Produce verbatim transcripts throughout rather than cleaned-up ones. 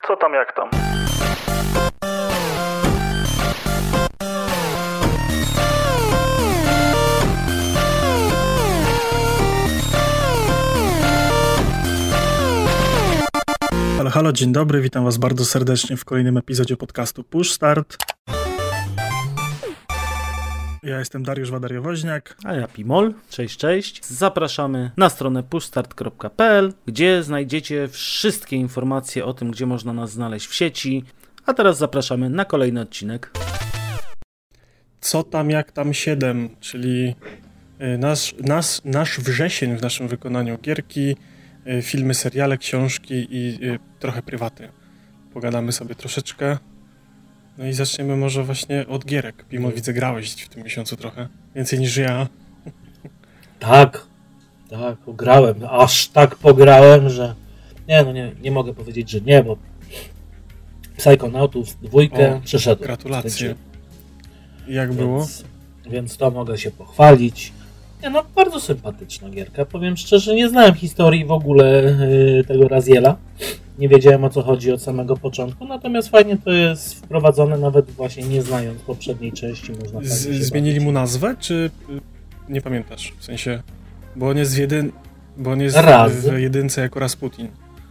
Co tam, jak tam? Halo, halo, dzień dobry, witam was bardzo serdecznie w kolejnym epizodzie podcastu Push Start. Ja jestem Dariusz Wadariowoźniak. A ja Pimol. Cześć, cześć. Zapraszamy na stronę pushstart kropka p l, gdzie znajdziecie wszystkie informacje o tym, gdzie można nas znaleźć w sieci. A teraz zapraszamy na kolejny odcinek. Co tam, jak tam siedem, czyli nasz, nasz, nasz wrzesień w naszym wykonaniu. Gierki, filmy, seriale, książki i trochę prywaty. Pogadamy sobie troszeczkę. No i zaczniemy może właśnie od gierek. Pimo, widzę, grałeś w tym miesiącu trochę. Więcej niż ja. Tak, tak, grałem. Aż tak pograłem, że... Nie, no nie, nie mogę powiedzieć, że nie, bo Psychonautów dwójkę o, przeszedłem. Gratulacje. Jak więc, było? Więc to mogę się pochwalić. Nie, no bardzo sympatyczna gierka. Powiem szczerze, nie znałem historii w ogóle yy, tego Raziela. Nie wiedziałem, o co chodzi od samego początku, natomiast fajnie to jest wprowadzone, nawet właśnie nie znając poprzedniej części. Można Z, zmienili mu nazwę, czy nie pamiętasz? W sensie, bo on jest w, jedyn, bo on jest w jedynce jako Rasputin.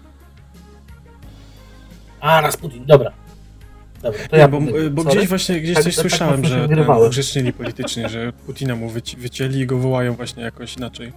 A, Rasputin, dobra. Dobra, to nie, ja bo, bo gdzieś właśnie gdzieś tak, coś tak, słyszałem, tak, że grzecznili politycznie, że Putina mu wyci- wycięli i go wołają właśnie jakoś inaczej.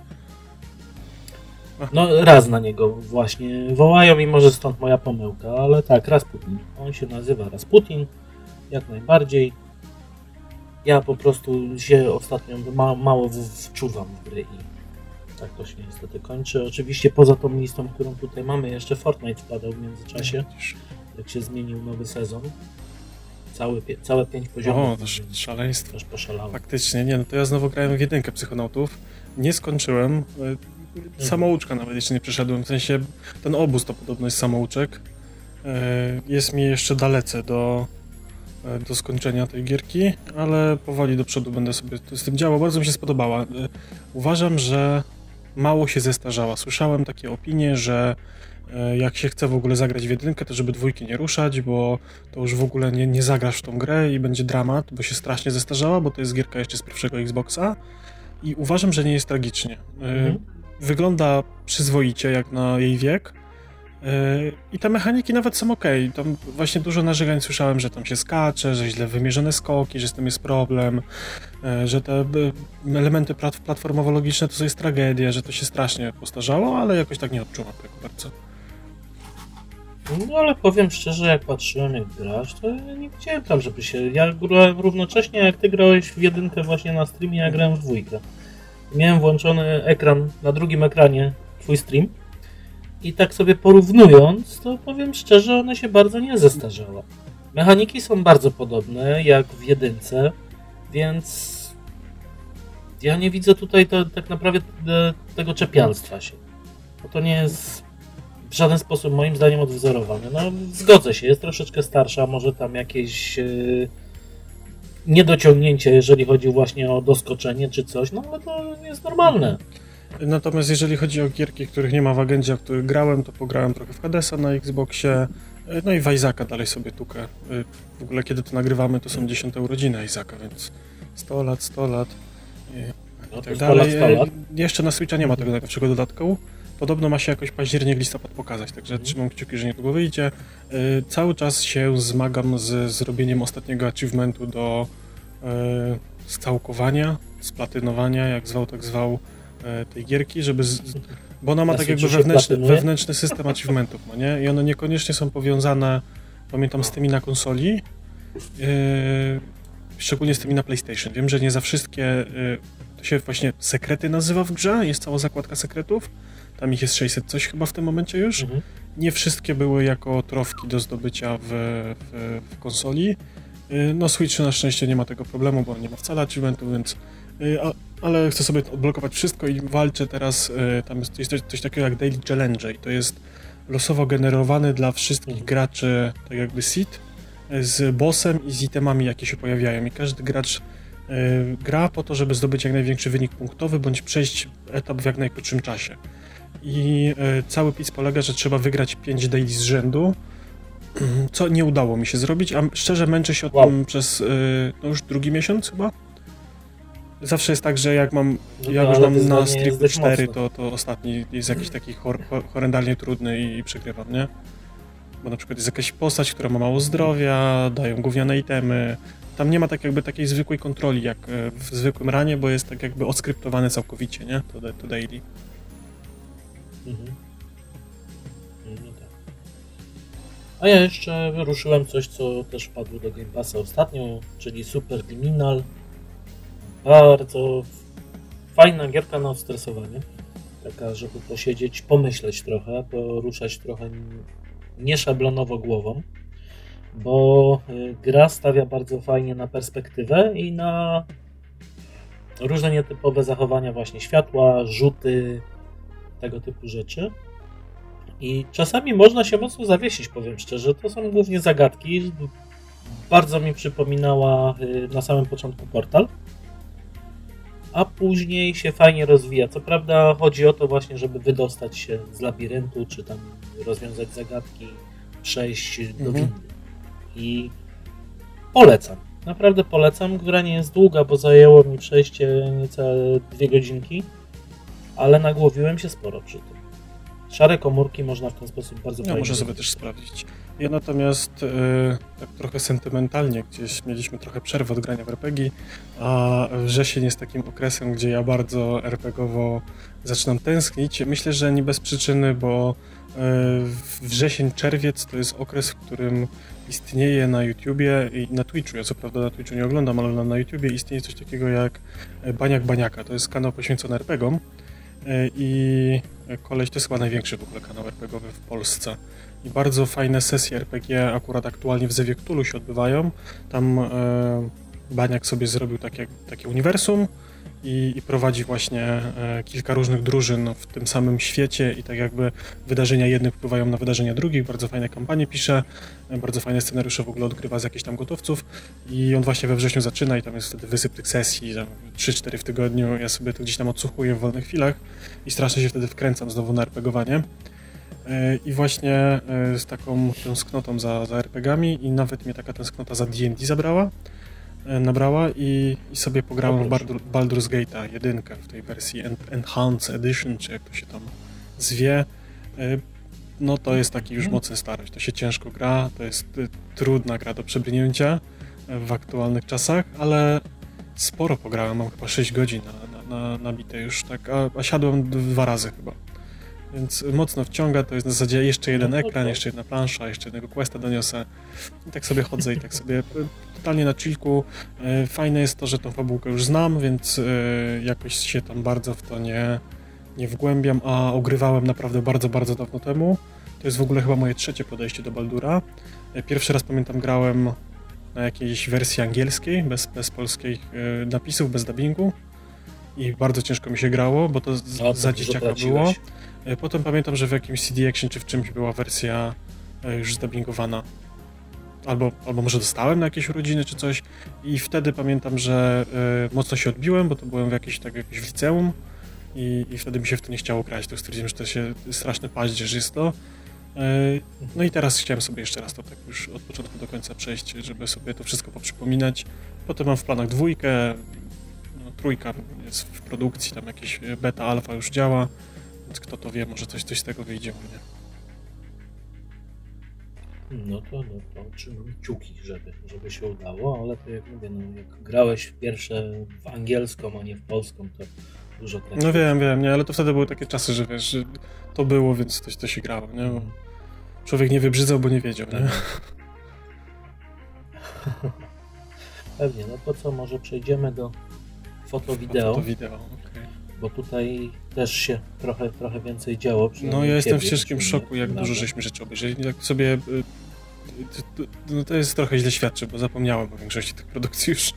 No raz na niego właśnie wołają i może stąd moja pomyłka, ale tak, Rasputin. On się nazywa Rasputin, jak najbardziej. Ja po prostu się ostatnio ma, mało wczuwam w gry i tak to się niestety kończy. Oczywiście poza tą listą, którą tutaj mamy, jeszcze Fortnite wpadał w międzyczasie, jak się zmienił nowy sezon. Całe, całe pięć poziomów. O, to szaleństwo. Też poszalałem. Faktycznie, nie, no to ja znowu grałem w jedynkę Psychonautów. Nie skończyłem. Samouczka nawet jeszcze nie przeszedłem, w sensie ten obóz to podobno jest samouczek. Jest mi jeszcze dalece do, do skończenia tej gierki, ale powoli do przodu będę sobie z tym działał. Bardzo mi się spodobała. Uważam, że mało się zestarzała. Słyszałem takie opinie, że jak się chce w ogóle zagrać w jedynkę, to żeby dwójki nie ruszać, bo to już w ogóle nie, nie zagrasz w tą grę i będzie dramat, bo się strasznie zestarzała, bo to jest gierka jeszcze z pierwszego Xboxa i uważam, że nie jest tragicznie. Mhm. Wygląda przyzwoicie jak na jej wiek yy, i te mechaniki nawet są okej. Okay. Tam właśnie dużo narzekań słyszałem, że tam się skacze, że źle wymierzone skoki, że z tym jest problem, yy, że te yy, elementy plat- platformowo-logiczne to jest tragedia, że to się strasznie postarzało, ale jakoś tak nie odczuwam tego bardzo. No ale powiem szczerze, jak patrzyłem jak grasz, to ja nie widziałem tam, żeby się... Ja grałem równocześnie jak ty grałeś w jedynkę właśnie na streamie, ja grałem w dwójkę. Miałem włączony ekran, na drugim ekranie twój stream i tak sobie porównując, to powiem szczerze, one się bardzo nie zestarzały. Mechaniki są bardzo podobne jak w jedynce, więc ja nie widzę tutaj to, tak naprawdę te, tego czepialstwa się. Bo to nie jest w żaden sposób moim zdaniem odwzorowane. No zgodzę się, jest troszeczkę starsza, może tam jakieś... Yy, niedociągnięcie, jeżeli chodzi właśnie o doskoczenie czy coś, no ale to jest normalne. Natomiast jeżeli chodzi o gierki, których nie ma w agendzie, w których grałem, to pograłem trochę w Hadesa na Xboxie, no i w Isaaca dalej sobie tukę. W ogóle kiedy to nagrywamy, to są dziesiąte urodziny Isaaca, więc sto lat, sto lat i no tak sto dalej. lat, sto lat. Jeszcze na Switcha nie ma tego najnowszego dodatku. Podobno ma się jakoś październik, listopad pokazać, także mm. trzymam kciuki, że niedługo wyjdzie. Yy, cały czas się zmagam z zrobieniem ostatniego achievementu do yy, scałkowania, splatynowania, jak zwał, tak zwał, yy, tej gierki, żeby... Z, bo ona ma tak jakby wewnętrzny, wewnętrzny system achievementów, no nie? I one niekoniecznie są powiązane, pamiętam, z tymi na konsoli, yy, szczególnie z tymi na PlayStation. Wiem, że nie za wszystkie... Yy, to się właśnie sekrety nazywa w grze, jest cała zakładka sekretów. Tam ich jest sześćset coś chyba w tym momencie już. Mhm. Nie wszystkie były jako trofki do zdobycia w, w, w konsoli. No Switch na szczęście nie ma tego problemu, bo nie ma wcale achievementu, więc... A, ale chcę sobie odblokować wszystko i walczę teraz... Tam jest, jest coś, coś takiego jak Daily Challenge i to jest losowo generowany dla wszystkich mhm. graczy tak jakby seed z bossem i z itemami, jakie się pojawiają. I każdy gracz gra po to, żeby zdobyć jak największy wynik punktowy, bądź przejść etap w jak najkrótszym czasie. I cały pis polega, że trzeba wygrać pięć daily z rzędu, co nie udało mi się zrobić, a szczerze męczę się o Wow. tym przez no już drugi miesiąc chyba. Zawsze jest tak, że jak mam, No jak to, już ale mam wyzwanie na jest stricte dość cztery, mocne. to, to ostatni jest jakiś taki hor, hor, horrendalnie trudny i, i przegrywam, nie? Bo na przykład jest jakaś postać, która ma mało zdrowia, dają gówniane itemy. Tam nie ma tak jakby takiej zwykłej kontroli jak e, w zwykłym ranie, bo jest tak jakby oskryptowane całkowicie, nie? To, to daily. Mhm. No tak. A ja jeszcze wyruszyłem coś, co też wpadło do Game Passa ostatnio, czyli Superliminal. Bardzo fajna gierka na odstresowanie. Taka, żeby posiedzieć, pomyśleć trochę, poruszać trochę nieszablonowo głową, bo gra stawia bardzo fajnie na perspektywę i na różne nietypowe zachowania właśnie światła, rzuty, tego typu rzeczy. I czasami można się mocno zawiesić, powiem szczerze. To są głównie zagadki. Bardzo mi przypominała na samym początku Portal, a później się fajnie rozwija. Co prawda chodzi o to właśnie, żeby wydostać się z labiryntu, czy tam rozwiązać zagadki, przejść do Mhm. windy. I polecam. Naprawdę polecam. Gra nie jest długa, bo zajęło mi przejście niecałe dwie godzinki, ale nagłowiłem się sporo przy tym. Szare komórki można w ten sposób bardzo Ja fajnie muszę sobie zrobić. też sprawdzić. Ja natomiast e, tak trochę sentymentalnie gdzieś mieliśmy trochę przerwę od grania w er pe gie, a wrzesień jest takim okresem, gdzie ja bardzo er pe gie owo zaczynam tęsknić. Myślę, że nie bez przyczyny, bo e, wrzesień, czerwiec to jest okres, w którym istnieje na YouTubie i na Twitchu, ja co prawda na Twitchu nie oglądam, ale na YouTubie istnieje coś takiego jak Baniak Baniaka. To jest kanał poświęcony er pe giom. I koleś to jest chyba największy w ogóle kanał er pe gie owy w Polsce. I bardzo fajne sesje er pe gie akurat aktualnie w Zewie Cthulhu się odbywają. Tam e, Baniak sobie zrobił takie, takie uniwersum i, i prowadzi właśnie e, kilka różnych drużyn w tym samym świecie i tak jakby wydarzenia jednych wpływają na wydarzenia drugich. Bardzo fajne kampanie pisze, e, bardzo fajne scenariusze w ogóle odgrywa z jakichś tam gotowców i on właśnie we wrześniu zaczyna i tam jest wtedy wysyp tych sesji, trzy cztery w tygodniu. Ja sobie to gdzieś tam odsłuchuję w wolnych chwilach i strasznie się wtedy wkręcam znowu na er pe gie owanie. I właśnie z taką tęsknotą za, za er pe gami i nawet mnie taka tęsknota za D and D zabrała, nabrała i, i sobie pograłem w Baldur, Baldur's Gate'a jedynkę w tej wersji Enhanced Edition, czy jak to się tam zwie. No to jest taki już mocny starość, to się ciężko gra, to jest trudna gra do przebrnięcia w aktualnych czasach, ale sporo pograłem, mam chyba sześć godzin na, na, na nabite już, tak, a, a siadłem dwa razy chyba. Więc mocno wciąga, to jest na zasadzie jeszcze jeden ekran, jeszcze jedna plansza, jeszcze jednego questa doniosę. I tak sobie chodzę i tak sobie totalnie na chillku. Fajne jest to, że tą fabułkę już znam, więc jakoś się tam bardzo w to nie, nie wgłębiam, a ogrywałem naprawdę bardzo, bardzo dawno temu. To jest w ogóle chyba moje trzecie podejście do Baldura. Pierwszy raz pamiętam grałem na jakiejś wersji angielskiej, bez, bez polskich napisów, bez dubbingu. I bardzo ciężko mi się grało, bo to, No, za dzieciaka było. Potem pamiętam, że w jakimś C D Action czy w czymś była wersja już zdubbingowana. Albo, albo może dostałem na jakieś urodziny czy coś. I wtedy pamiętam, że y, mocno się odbiłem, bo to byłem w jakimś, tak, jakimś w liceum i, i wtedy mi się w to nie chciało grać. To stwierdziłem, że to się straszny paździerz jest to. Y, no i teraz chciałem sobie jeszcze raz to tak już od początku do końca przejść, żeby sobie to wszystko poprzypominać. Potem mam w planach dwójkę, no, trójka jest w produkcji, tam jakieś beta, alfa już działa. Więc kto to wie, może coś, coś z tego wyjdzie u mnie. No to, no to trzymam kciuki, żeby, żeby się udało, ale to jak mówię, no jak grałeś pierwsze w angielską, a nie w polską, to dużo traciłeś. No wiem, wiem, nie, ale to wtedy były takie czasy, że wiesz, że to było, więc to, to się grało, nie? Bo człowiek nie wybrzydzał, bo nie wiedział, nie? Pewnie, no to co, może przejdziemy do foto-wideo. Foto-wideo, okej. Bo tutaj też się trochę, trochę więcej działo. No ja jestem w ciężkim szoku, jak dużo żeśmy rzeczy obejrzeli. Jak sobie... No to jest trochę źle świadczy, bo zapomniałem o większości tych produkcji już.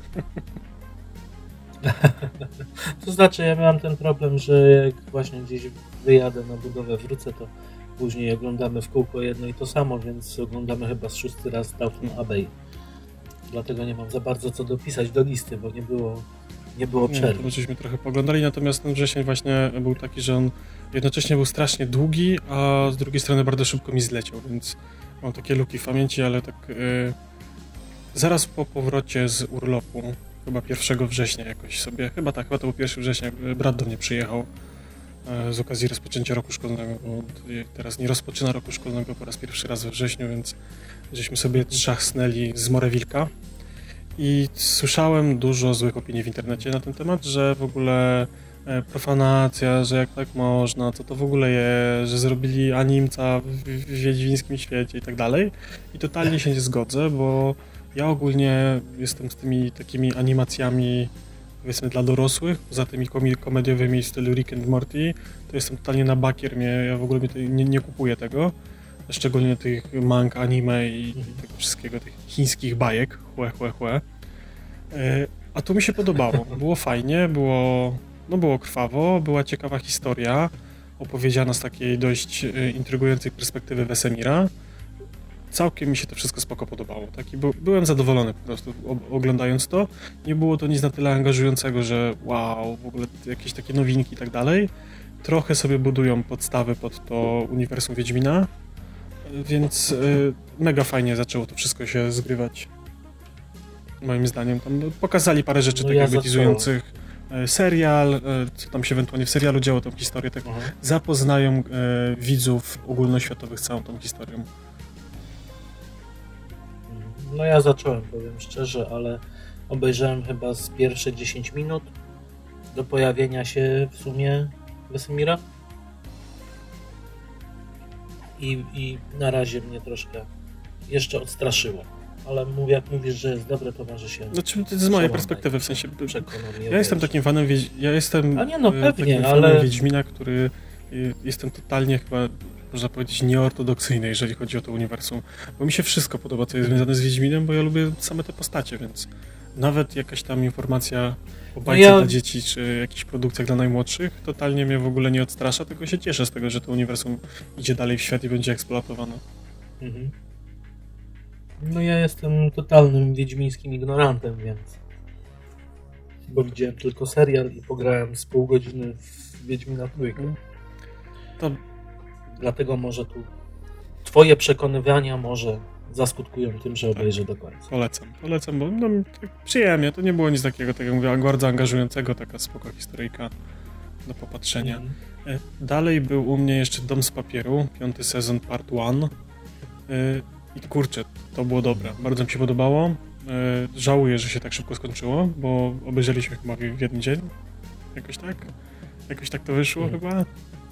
To znaczy, ja miałem ten problem, że jak właśnie gdzieś wyjadę na budowę, wrócę, to później oglądamy w kółko jedno i to samo, więc oglądamy chyba z szósty raz Downton Abbey. Dlatego nie mam za bardzo co dopisać do listy, bo nie było... Nie było przerwy. Nie, żeśmy trochę poglądali, natomiast ten wrzesień właśnie był taki, że on jednocześnie był strasznie długi, a z drugiej strony bardzo szybko mi zleciał, więc mam takie luki w pamięci, ale tak yy, zaraz po powrocie z urlopu, chyba pierwszego września jakoś sobie, chyba tak, chyba to był pierwszy września, brat do mnie przyjechał yy, z okazji rozpoczęcia roku szkolnego, bo teraz nie rozpoczyna roku szkolnego po raz pierwszy raz we wrześniu, więc żeśmy sobie trzasnęli z Morewilka i słyszałem dużo złych opinii w internecie na ten temat, że w ogóle profanacja, że jak tak można, co to w ogóle jest, że zrobili animca w, w wiedźmińskim świecie i tak dalej. I totalnie się nie zgodzę, bo ja ogólnie jestem z tymi takimi animacjami, powiedzmy, dla dorosłych, poza tymi komi- komediowymi w stylu Rick and Morty, to jestem totalnie na bakier, mnie, ja w ogóle nie, nie kupuję tego, szczególnie tych mang, anime i mhm. tego wszystkiego, tych chińskich bajek, chłe, chłe, chłe. A tu mi się podobało, było fajnie, było... No było krwawo, była ciekawa historia, opowiedziana z takiej dość intrygującej perspektywy Wesemira. Całkiem mi się to wszystko spoko podobało. Taki by, byłem zadowolony po prostu oglądając to. Nie było to nic na tyle angażującego, że wow, w ogóle jakieś takie nowinki i tak dalej. Trochę sobie budują podstawy pod to uniwersum Wiedźmina, więc y, mega fajnie zaczęło to wszystko się zgrywać. Moim zdaniem tam no, pokazali parę rzeczy no takich ja wytizujących serial, co tam się ewentualnie w serialu działo, tą historię, tak mhm. zapoznają e, widzów ogólnoświatowych z całą tą historią. No ja zacząłem, powiem szczerze, ale obejrzałem chyba z pierwsze dziesięć minut do pojawienia się w sumie Wesemira i, i na razie mnie troszkę jeszcze odstraszyło. Ale mówię, jak mówisz, że jest dobre, to może się... Znaczy, to z mojej perspektywy, w sensie... Ja ja jestem takim fanem, Wiedź... ja jestem A nie, no pewnie, takim ale... fanem Wiedźmina, który jestem totalnie chyba, można powiedzieć, nieortodoksyjny, jeżeli chodzi o to uniwersum. Bo mi się wszystko podoba, co jest związane z Wiedźminem, bo ja lubię same te postacie, więc nawet jakaś tam informacja o bajce no ja... dla dzieci, czy jakichś produkcjach dla najmłodszych, totalnie mnie w ogóle nie odstrasza, tylko się cieszę z tego, że to uniwersum idzie dalej w świat i będzie eksploatowane. Mhm. No ja jestem totalnym wiedźmińskim ignorantem, więc... Bo widziałem tylko serial i pograłem z pół godziny w Wiedźmina trójkę. To... Dlatego może tu twoje przekonywania może zaskutkują tym, że obejrzę tak. do końca. Polecam, polecam, bo no, tak przyjemnie, to nie było nic takiego, tak jak mówię, bardzo angażującego, taka spoko historyjka do popatrzenia. Mm. Dalej był u mnie jeszcze Dom z papieru, piąty sezon, part one. I kurczę, to było dobre. Bardzo mi się podobało. E, żałuję, że się tak szybko skończyło, bo obejrzeliśmy chyba w jeden dzień. Jakoś tak? Jakoś tak to wyszło mm. chyba.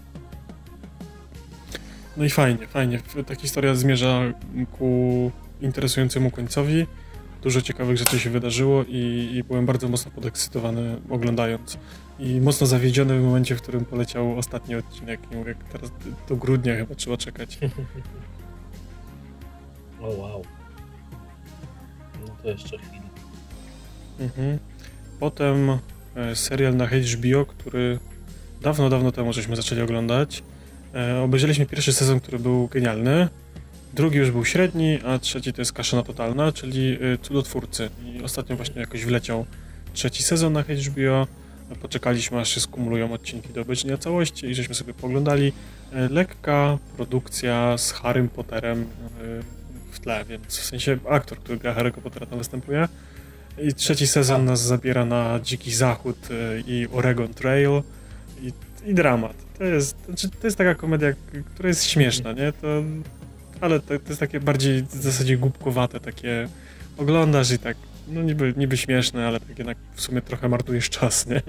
No i fajnie, fajnie. Ta historia zmierza ku interesującemu końcowi. Dużo ciekawych rzeczy się wydarzyło i, i byłem bardzo mocno podekscytowany oglądając. I mocno zawiedziony w momencie, w którym poleciał ostatni odcinek. I mówię, teraz do grudnia chyba trzeba czekać. O oh, wow. No to jeszcze chwilę. Mhm. Potem e, serial na H B O, który dawno, dawno temu żeśmy zaczęli oglądać. E, obejrzeliśmy pierwszy sezon, który był genialny. Drugi już był średni, a trzeci to jest kaszyna totalna, czyli e, Cudotwórcy. I ostatnio właśnie jakoś wleciał trzeci sezon na H B O. Poczekaliśmy, aż się skumulują odcinki do obejrzenia całości i żeśmy sobie poglądali. E, lekka produkcja z Harrym Potterem e, w tle, więc w sensie aktor, który gra Harry'ego Pottera tam występuje. I trzeci sezon nas zabiera na Dziki Zachód i Oregon Trail i, i dramat. To jest, to jest taka komedia, która jest śmieszna, nie? To, ale to, to jest takie bardziej w zasadzie głupkowate, takie oglądasz i tak, no niby, niby śmieszne, ale tak jednak w sumie trochę marnujesz czas, nie?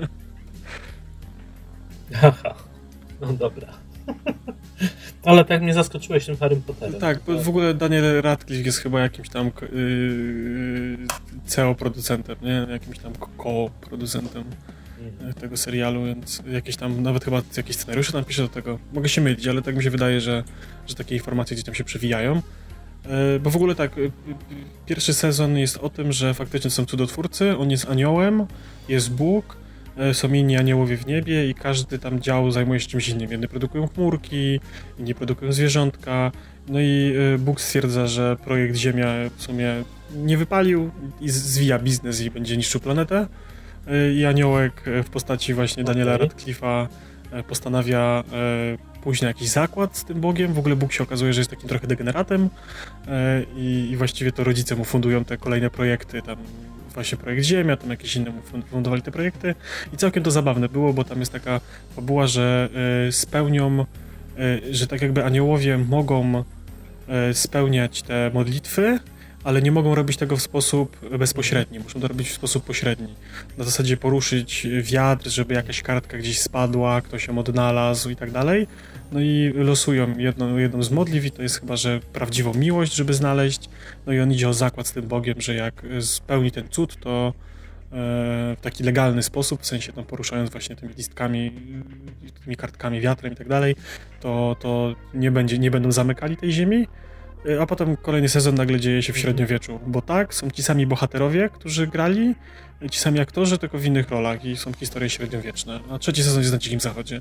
Aha, no dobra. Ale tak mnie zaskoczyłeś tym Harrym Potterem. Tak, bo w ogóle Daniel Radcliffe jest chyba jakimś tam yy, C E O producentem, nie? Jakimś tam co-producentem mhm. tego serialu, więc jakieś tam, nawet chyba jakieś scenariusze tam pisze do tego. Mogę się mylić, ale tak mi się wydaje, że, że takie informacje gdzieś tam się przewijają. Yy, bo w ogóle tak, yy, pierwszy sezon jest o tym, że faktycznie są cudotwórcy, on jest aniołem, jest Bóg, są inni aniołowie w niebie i każdy tam dział zajmuje się czymś innym. Jedni produkują chmurki, inni produkują zwierzątka. No i Bóg stwierdza, że projekt Ziemia w sumie nie wypalił i zwija biznes i będzie niszczył planetę. I aniołek w postaci właśnie Daniela Radcliffe'a e, postanawia e, pójść na jakiś zakład z tym Bogiem. W ogóle Bóg się okazuje, że jest takim trochę degeneratem e, i, i właściwie to rodzice mu fundują te kolejne projekty, tam właśnie projekt Ziemia, tam jakieś inne mu fundowali te projekty i całkiem to zabawne było, bo tam jest taka fabuła, że e, spełnią, e, że tak jakby aniołowie mogą e, spełniać te modlitwy, ale nie mogą robić tego w sposób bezpośredni, muszą to robić w sposób pośredni. Na zasadzie poruszyć wiatr, żeby jakaś kartka gdzieś spadła, ktoś ją odnalazł i tak dalej. No i losują jedną, jedną z modlitw i to jest chyba, że prawdziwą miłość, żeby znaleźć. No i on idzie o zakład z tym Bogiem, że jak spełni ten cud, to w taki legalny sposób, w sensie tam poruszając właśnie tymi listkami, tymi kartkami, wiatrem i tak dalej, to, to nie, będzie, nie będą zamykali tej ziemi. A potem kolejny sezon nagle dzieje się w średniowieczu, bo tak, są ci sami bohaterowie, którzy grali, ci sami aktorzy, tylko w innych rolach i są historie średniowieczne. A trzeci sezon jest na Dzikim Zachodzie.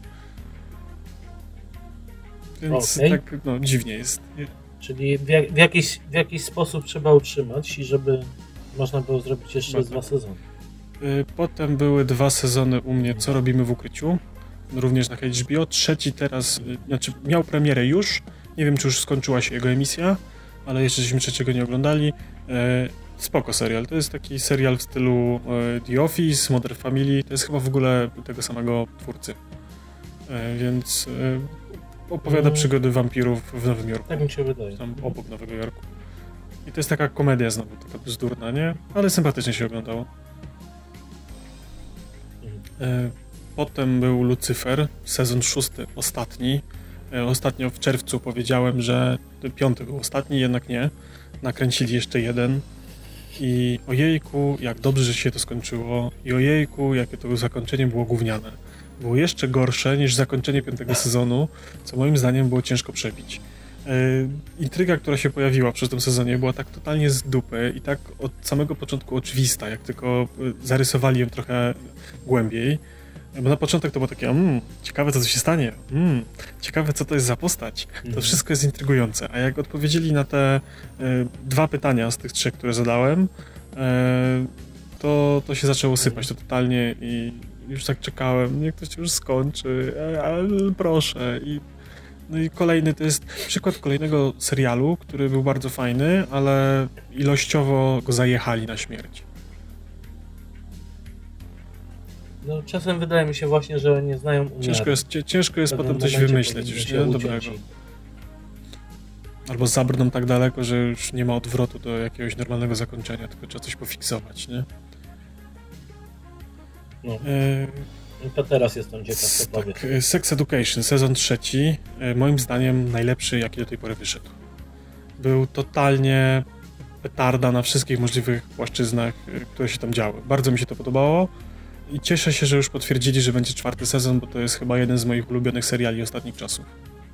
Więc okay. tak, no, dziwnie jest. Czyli w, jak, w, jakiś, w jakiś sposób trzeba utrzymać i żeby można było zrobić jeszcze Bardzo. dwa sezony. Potem były dwa sezony u mnie, Co robimy w ukryciu, również na H B O. Trzeci teraz, znaczy miał premierę już, nie wiem, czy już skończyła się jego emisja, ale jeszcze żeśmy trzeciego nie oglądali. E, spoko serial. To jest taki serial w stylu e, The Office, Modern Family. To jest chyba w ogóle tego samego twórcy. E, więc e, opowiada mm. przygody wampirów w Nowym Jorku. Tak mi się wydaje. Tam obok Nowego Jorku. I to jest taka komedia znowu, taka bzdurna, nie? Ale sympatycznie się oglądało. E, potem był Lucyfer, sezon szósty, ostatni. Ostatnio w czerwcu powiedziałem, że piąty był ostatni, jednak nie. Nakręcili jeszcze jeden i ojejku, jak dobrze, że się to skończyło i ojejku, jakie to zakończenie było gówniane. Było jeszcze gorsze niż zakończenie piątego sezonu, co moim zdaniem było ciężko przebić. Yy, intryga, która się pojawiła przez tym sezonie, była tak totalnie z dupy i tak od samego początku oczywista, jak tylko zarysowali ją trochę głębiej. Bo na początek to było takie, mmm, ciekawe co tu się stanie, mmm, ciekawe co to jest za postać. To mhm. wszystko jest intrygujące. A jak odpowiedzieli na te y, dwa pytania z tych trzech, które zadałem, y, to, to się zaczęło sypać to totalnie i już tak czekałem, niech to się już skończy, ale proszę. I, no i kolejny to jest przykład kolejnego serialu, który był bardzo fajny, ale ilościowo go zajechali na śmierć. No, czasem wydaje mi się właśnie, że nie znają umiaru. Ciężko jest, ciężko jest potem coś wymyśleć już, nie? Dobrego. Albo zabrną tak daleko, że już nie ma odwrotu do jakiegoś normalnego zakończenia, tylko trzeba coś pofiksować, nie? No. E... To teraz jestem ciekaw, co tak, powiesz. Sex Education, sezon trzeci, moim zdaniem najlepszy, jaki do tej pory wyszedł. Był totalnie petarda na wszystkich możliwych płaszczyznach, które się tam działy. Bardzo mi się to podobało. I cieszę się, że już potwierdzili, że będzie czwarty sezon, bo to jest chyba jeden z moich ulubionych seriali ostatnich czasów.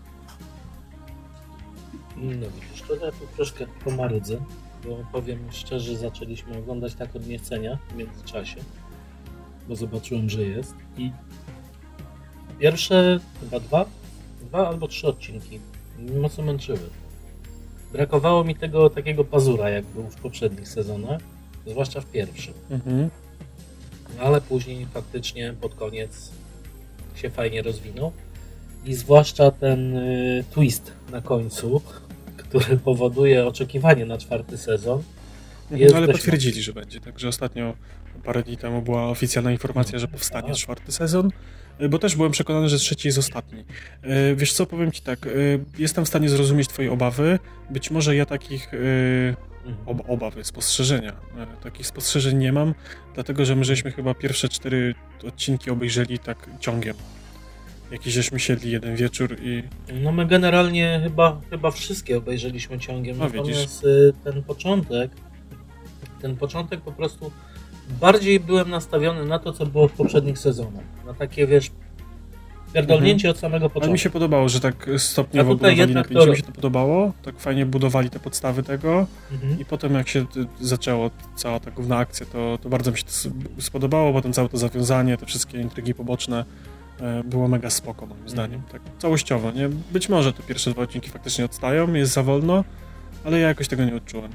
No widzisz, to ja tu troszkę pomarudzę, bo powiem szczerze, zaczęliśmy oglądać tak od niechcenia w międzyczasie, bo zobaczyłem, że jest i pierwsze chyba dwa, dwa albo trzy odcinki mocno męczyły. Brakowało mi tego takiego pazura, jak był w poprzednich sezonach, zwłaszcza w pierwszym. Mhm. Ale później faktycznie pod koniec się fajnie rozwinął i zwłaszcza ten y, twist na końcu, który powoduje oczekiwanie na czwarty sezon. Jest ale potwierdzili, mocny. Że będzie, także ostatnio parę dni temu była oficjalna informacja, że powstanie czwarty sezon, bo też byłem przekonany, że trzeci jest ostatni. Y, wiesz co, powiem ci tak, y, jestem w stanie zrozumieć twoje obawy, być może ja takich... Y, Ob, obawy, spostrzeżenia. Takich spostrzeżeń nie mam, dlatego że my żeśmy chyba pierwsze cztery odcinki obejrzeli tak ciągiem. Jakiś żeśmy siedli jeden wieczór i... No my generalnie chyba, chyba wszystkie obejrzeliśmy ciągiem, no, natomiast ten początek, ten początek po prostu bardziej byłem nastawiony na to, co było w poprzednich sezonach. Na takie, wiesz, pierdolnięcie mhm. od samego początku. Ale mi się podobało, że tak stopniowo budowali napięcie, to... mi się to podobało, tak fajnie budowali te podstawy tego mhm. i potem jak się zaczęło cała ta główna akcja, to, to bardzo mi się to spodobało, potem całe to zawiązanie, te wszystkie intrygi poboczne było mega spoko moim mhm. zdaniem, tak całościowo, nie? Być może te pierwsze dwa odcinki faktycznie odstają, jest za wolno, ale ja jakoś tego nie odczułem.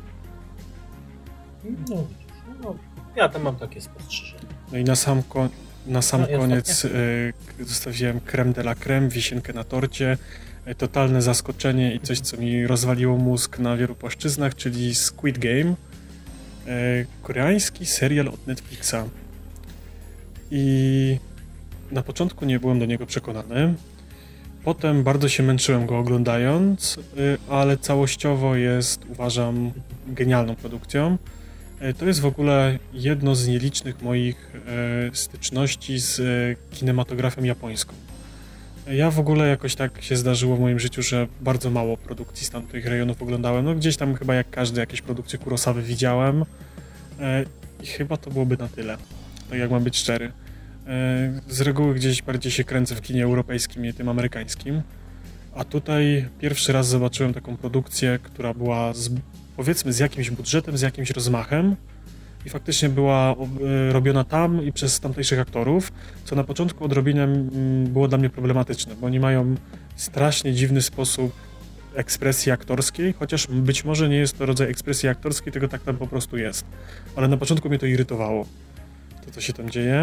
No, no ja tam mam takie spostrzeżenie. No i na sam koniec Na sam No i koniec y, zostawiłem creme de la creme, wisienkę na torcie, y, totalne zaskoczenie i coś, co mi rozwaliło mózg na wielu płaszczyznach, czyli Squid Game, y, koreański serial od Netflixa. I na początku nie byłem do niego przekonany. Potem bardzo się męczyłem go oglądając, y, ale całościowo jest, uważam, genialną produkcją. Y, To jest w ogóle jedno z nielicznych moich y, styczności z y, kinematografią japońską. Ja w ogóle jakoś tak się zdarzyło w moim życiu, że bardzo mało produkcji z tamtych rejonów oglądałem. No gdzieś tam chyba jak każdy jakieś produkcje Kurosawy widziałem y, i chyba to byłoby na tyle, tak jak mam być szczery. Z reguły gdzieś bardziej się kręcę w kinie europejskim, nie tym amerykańskim. A tutaj pierwszy raz zobaczyłem taką produkcję, która była z, powiedzmy z jakimś budżetem, z jakimś rozmachem i faktycznie była y, robiona tam i przez tamtejszych aktorów, co na początku odrobinę mm, było dla mnie problematyczne, bo oni mają strasznie dziwny sposób ekspresji aktorskiej, chociaż być może nie jest to rodzaj ekspresji aktorskiej, tylko tak tam po prostu jest. Ale na początku mnie to irytowało, to co się tam dzieje.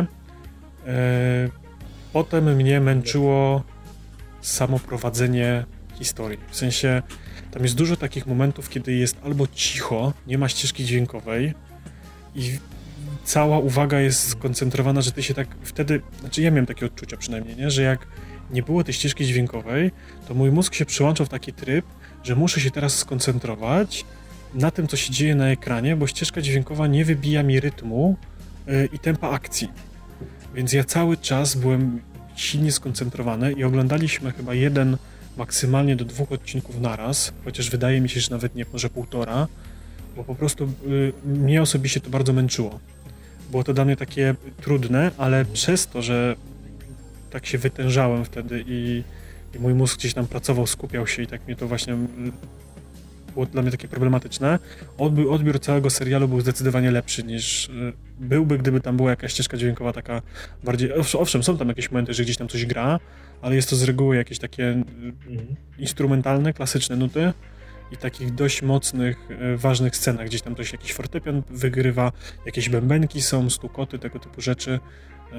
Potem mnie męczyło samo prowadzenie historii. W sensie, tam jest dużo takich momentów, kiedy jest albo cicho, nie ma ścieżki dźwiękowej i cała uwaga jest skoncentrowana, że ty się tak wtedy, znaczy ja miałem takie odczucia przynajmniej, nie? Że jak nie było tej ścieżki dźwiękowej, to mój mózg się przyłączał w taki tryb, że muszę się teraz skoncentrować na tym, co się dzieje na ekranie, bo ścieżka dźwiękowa nie wybija mi rytmu yy, i tempa akcji. Więc ja cały czas byłem silnie skoncentrowany i oglądaliśmy chyba jeden, maksymalnie do dwóch odcinków naraz, chociaż wydaje mi się, że nawet nie, może półtora, bo po prostu y, mnie osobiście to bardzo męczyło. Było to dla mnie takie trudne, ale przez to, że tak się wytężałem wtedy i, i mój mózg gdzieś tam pracował, skupiał się i tak mnie to właśnie y, było dla mnie takie problematyczne. Odbiór, odbiór całego serialu był zdecydowanie lepszy niż y, byłby, gdyby tam była jakaś ścieżka dźwiękowa taka bardziej... Owszem, są tam jakieś momenty, że gdzieś tam coś gra, ale jest to z reguły jakieś takie y, mm. instrumentalne, klasyczne nuty i takich dość mocnych, y, ważnych scenach. Gdzieś tam coś, jakiś fortepian wygrywa, jakieś bębenki są, stukoty, tego typu rzeczy. Y,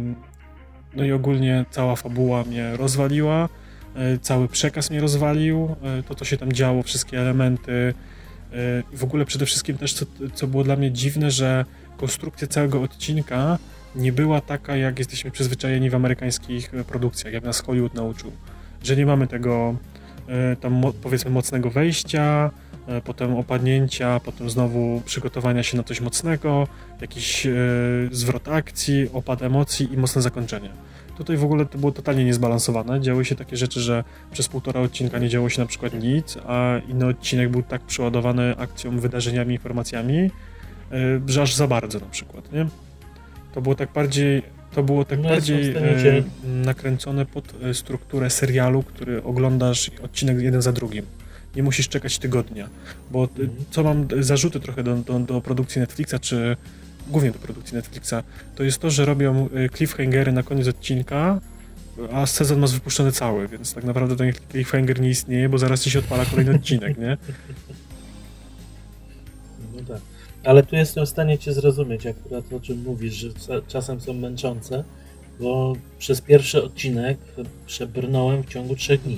no i ogólnie cała fabuła mnie rozwaliła. Cały przekaz mnie rozwalił, to co się tam działo, wszystkie elementy i w ogóle przede wszystkim też co, co było dla mnie dziwne, że konstrukcja całego odcinka nie była taka, jak jesteśmy przyzwyczajeni w amerykańskich produkcjach, jak nas Hollywood nauczył, że nie mamy tego tam powiedzmy mocnego wejścia, potem opadnięcia, potem znowu przygotowania się na coś mocnego, jakiś zwrot akcji, opad emocji i mocne zakończenie. Tutaj w ogóle to było totalnie niezbalansowane. Działy się takie rzeczy, że przez półtora odcinka nie działo się na przykład nic, a inny odcinek był tak przeładowany akcją, wydarzeniami, informacjami, że aż za bardzo na przykład, nie? To było tak bardziej, to było tak no bardziej e, nakręcone pod strukturę serialu, który oglądasz odcinek jeden za drugim. Nie musisz czekać tygodnia, bo mhm. co mam zarzuty trochę do, do, do produkcji Netflixa, czy głównie do produkcji Netflixa, to jest to, że robią cliffhangery na koniec odcinka, a sezon masz wypuszczony cały, więc tak naprawdę ten cliffhanger nie istnieje, bo zaraz ci się odpala kolejny odcinek, nie? No tak. Ale tu jestem w stanie cię zrozumieć akurat o czym mówisz, że czasem są męczące, bo przez pierwszy odcinek przebrnąłem w ciągu trzech dni.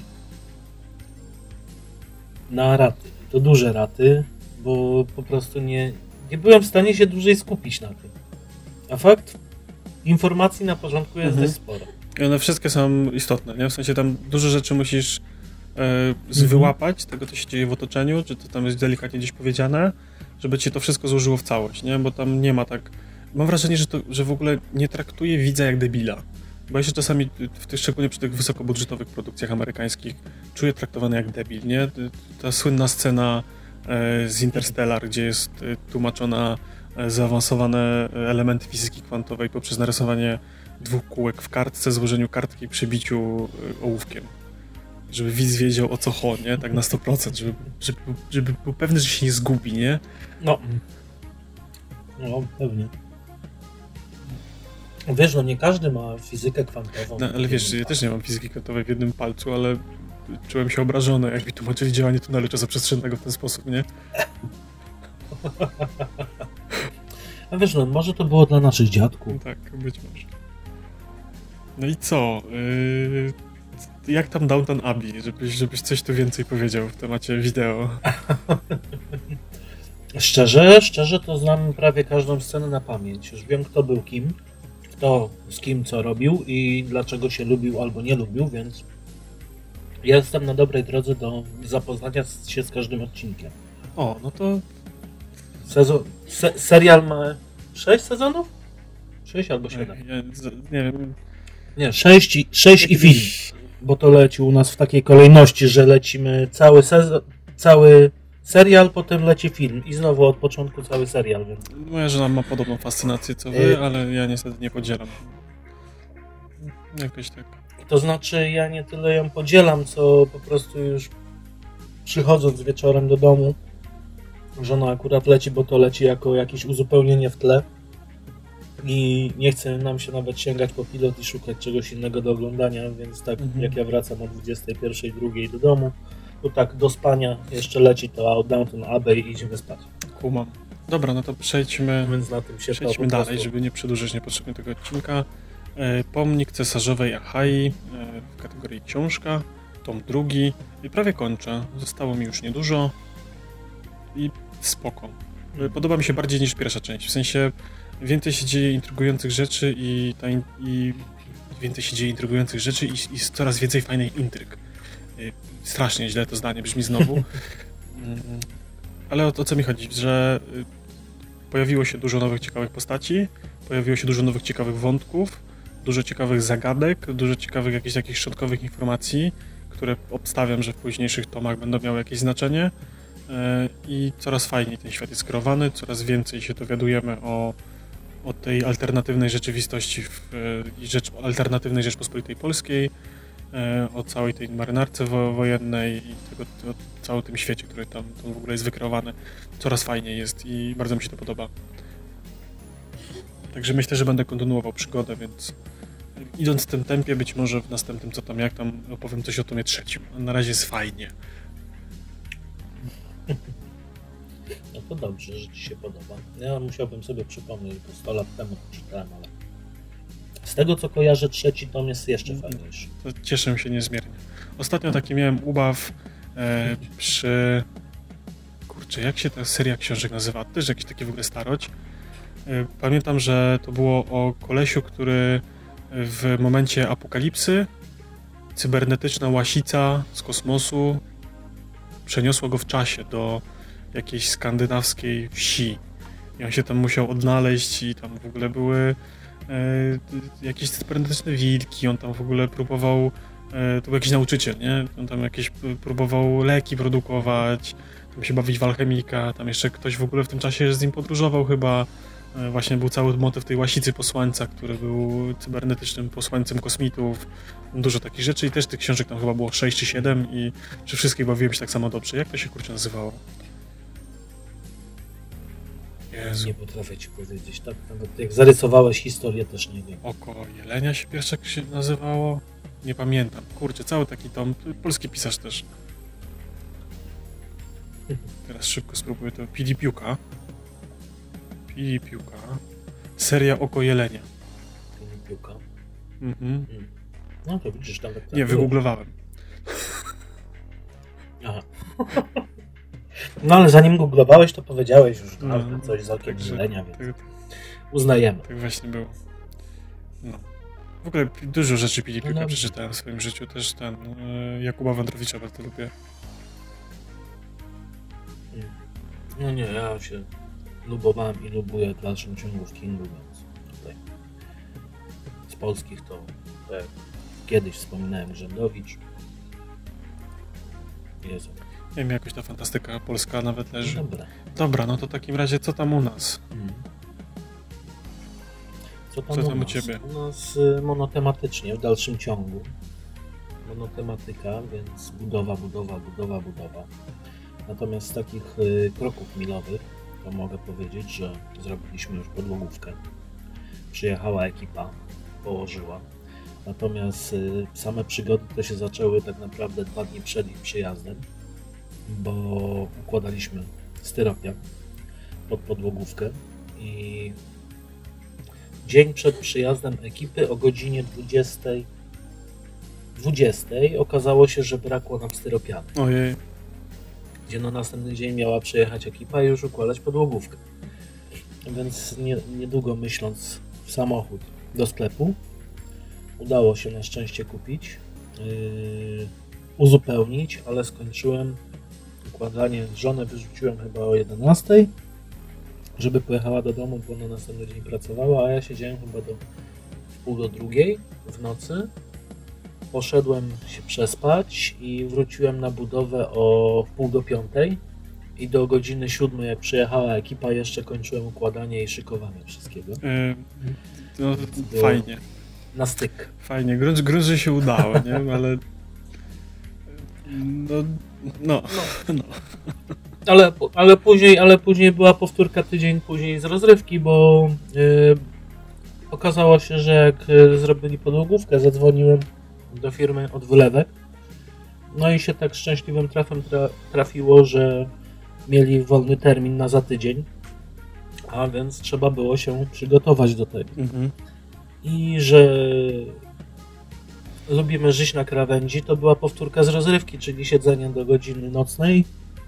Na raty. To duże raty, bo po prostu nie, nie byłem w stanie się dłużej skupić na tym. A fakt, informacji na porządku jest mhm. dość sporo. I one wszystkie są istotne, nie? W sensie tam dużo rzeczy musisz e, wyłapać, mhm. tego co się dzieje w otoczeniu, czy to tam jest delikatnie gdzieś powiedziane, żeby ci to wszystko złożyło w całość, nie? Bo tam nie ma tak... Mam wrażenie, że, to, że w ogóle nie traktuje widza jak debila. Bo ja się czasami, w tych, szczególnie przy tych wysokobudżetowych produkcjach amerykańskich, czuję traktowany jak debil, nie? Ta słynna scena z Interstellar, gdzie jest tłumaczona zaawansowane elementy fizyki kwantowej poprzez narysowanie dwóch kółek w kartce, złożeniu kartki i przybiciu ołówkiem. Żeby widz wiedział, o co chodzi, nie? Tak na sto procent, żeby, żeby, żeby był pewny, że się nie zgubi, nie? No. No, pewnie. Wiesz, no nie każdy ma fizykę kwantową. No, ale wiesz, ja też nie mam fizyki kwantowej w jednym palcu, ale czułem się obrażony, jak mi tłumaczyli działanie tunelu czasoprzestrzennego w ten sposób, nie? A wiesz, no może to było dla naszych dziadków. Tak, być może. No i co? Yy, jak tam Downton Abbey? Żebyś, żebyś coś tu więcej powiedział w temacie wideo. Szczerze, szczerze to znam prawie każdą scenę na pamięć. Już wiem, kto był kim, kto z kim co robił i dlaczego się lubił albo nie lubił, więc jestem na dobrej drodze do zapoznania się z każdym odcinkiem. O, no to... Sezon, se, serial ma sześć sezonów? sześć albo siedem. Ja, nie wiem. Nie, sześć i, sześć i film. Bo to leci u nas w takiej kolejności, że lecimy cały sezon, cały serial, potem leci film i znowu od początku cały serial. Więc... Moja żona ma podobną fascynację co wy, Y- ale ja niestety nie podzielam. Jakoś tak. To znaczy ja nie tyle ją podzielam, co po prostu już przychodząc wieczorem do domu, żona akurat leci, bo to leci jako jakieś uzupełnienie w tle i nie chce nam się nawet sięgać po pilot i szukać czegoś innego do oglądania, więc tak Mhm. jak ja wracam o dwudziestej pierwszej, drugiej do domu, to tak do spania jeszcze leci to Downton Abbey i idziemy spać. Kumam. Dobra, no to przejdźmy, Więc na tym się to przejdźmy po dalej, prostu... żeby nie przedłużyć niepotrzebnie tego odcinka. E, Pomnik cesarzowej Achai e, w kategorii książka, tom drugi i prawie kończę. Zostało mi już niedużo i spoko. E, Podoba mi się bardziej niż pierwsza część, w sensie więcej się dzieje intrygujących rzeczy i, ta in, i więcej się dzieje intrygujących rzeczy i, i coraz więcej fajnych intryg. E, Strasznie źle to zdanie brzmi znowu. Mm, Ale o, o co mi chodzi, że y, pojawiło się dużo nowych ciekawych postaci, pojawiło się dużo nowych ciekawych wątków, dużo ciekawych zagadek, dużo ciekawych jakichś takich szczątkowych informacji, które obstawiam, że w późniejszych tomach będą miały jakieś znaczenie y, i coraz fajniej ten świat jest kreowany, coraz więcej się dowiadujemy o, o tej alternatywnej rzeczywistości w, y, i rzecz, alternatywnej Rzeczpospolitej Polskiej, y, o całej tej marynarce wo- wojennej i tego, o całym tym świecie, który tam, tam w ogóle jest wykreowany. Coraz fajniej jest i bardzo mi się to podoba. Także myślę, że będę kontynuował przygodę, więc idąc w tym tempie, być może w następnym co tam jak tam opowiem coś o tomie trzecim. A na razie jest fajnie. No to dobrze, że ci się podoba. Ja musiałbym sobie przypomnieć, bo sto lat temu to czytałem, ale z tego co kojarzę, trzeci tom jest jeszcze fajniejszy. To cieszę się niezmiernie. Ostatnio taki miałem ubaw e, przy... Kurczę, jak się ta seria książek nazywa? Też jakiś taki w ogóle staroć. E, Pamiętam, że to było o kolesiu, który w momencie apokalipsy cybernetyczna łasica z kosmosu przeniosła go w czasie do jakiejś skandynawskiej wsi. I on się tam musiał odnaleźć i tam w ogóle były e, jakieś cybernetyczne wilki, on tam w ogóle próbował, e, to był jakiś nauczyciel, nie? On tam jakieś p- próbował leki produkować, tam się bawić w alchemika, tam jeszcze ktoś w ogóle w tym czasie z nim podróżował chyba. E, właśnie był cały motyw tej łasicy posłańca, który był cybernetycznym posłańcem kosmitów. Dużo takich rzeczy i też tych książek tam chyba było sześć czy siedem i przy wszystkich bawiłem się tak samo dobrze. Jak to się kurczę nazywało? Jezu. Nie potrafię ci powiedzieć, tak? Nawet jak zarysowałeś historię, też nie wiem. Oko Jelenia się pierwsze jak się nazywało? Nie pamiętam. Kurczę, cały taki tom. Polski pisarz też. Teraz szybko spróbuję to. Pilipiuka. Pilipiuka. Seria Oko Jelenia. Piłka. Mhm. No to widzisz, nawet tak Nie, było. wygooglowałem. Aha. No ale zanim googlowałeś, to powiedziałeś już No, no, coś z okiem także- Jelenia, więc Tak, uznajemy. tak właśnie było. No. W ogóle dużo rzeczy Pilipiuka No, przeczytałem w swoim życiu. Też ten e, Jakuba Wędrowicza bardzo lubię. No nie, ja się lubowałem i lubuję w dalszym ciągu w Kingu, więc tutaj z polskich to tak, kiedyś wspominałem Grzędowicz. Jezu, Nie wiem, jakoś ta fantastyka polska nawet no leży. dobra. Dobra, no to w takim razie co tam u nas? Mm. Co tam, Co u tam u nas? ciebie? U nas y, monotematycznie, w dalszym ciągu. Monotematyka, więc budowa, budowa, budowa, budowa. Natomiast z takich y, kroków milowych to mogę powiedzieć, że zrobiliśmy już podłogówkę. Przyjechała ekipa, położyła. Natomiast y, same przygody to się zaczęły tak naprawdę dwa dni przed ich przyjazdem, bo układaliśmy styropian pod podłogówkę i dzień przed przyjazdem ekipy o godzinie dwudziestej dwudziestej okazało się, że brakło nam styropianu. Ojej. Gdzie na następny dzień miała przyjechać ekipa i już układać podłogówkę. Więc nie, niedługo myśląc w samochód do sklepu, udało się na szczęście kupić, yy, uzupełnić, ale skończyłem układanie. Żonę wyrzuciłem chyba o jedenastej, żeby pojechała do domu, bo na następny dzień pracowała, a ja siedziałem chyba do wpół do drugiej w nocy. Poszedłem się przespać i wróciłem na budowę o wpół do piątej i do godziny siódmej, jak przyjechała ekipa, jeszcze kończyłem układanie i szykowanie wszystkiego. Yy, no, fajnie. Na styk. Fajnie, grunt, grunt, że się udało, nie? Ale no, no, no. no. Ale, ale, później, ale później była powtórka tydzień później z rozrywki, bo yy, okazało się, że jak yy, zrobili podłogówkę, zadzwoniłem do firmy od wylewek. No i się tak szczęśliwym trafem tra- trafiło, że mieli wolny termin na za tydzień, a więc trzeba było się przygotować do tego. Mhm. I że lubimy żyć na krawędzi, to była powtórka z rozrywki, czyli siedzenie do godziny nocnej,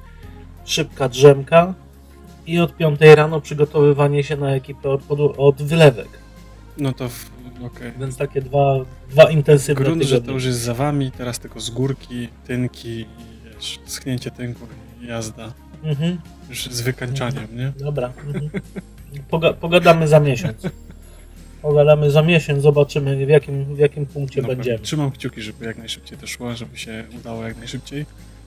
szybka drzemka i od piątej rano przygotowywanie się na ekipę od, od wylewek. No to okej. Okay. Więc takie dwa, dwa intensywne Grunt, tygodnie. że to już jest za wami, teraz tylko z górki, tynki i wiesz, schnięcie tynku i jazda. Mhm. Już z wykańczaniem, nie? Dobra. Mhm. Poga- pogadamy za miesiąc. Pogadamy za miesiąc, zobaczymy w jakim, w jakim punkcie No, będziemy. Trzymam kciuki, żeby jak najszybciej to szło, żeby się udało jak najszybciej.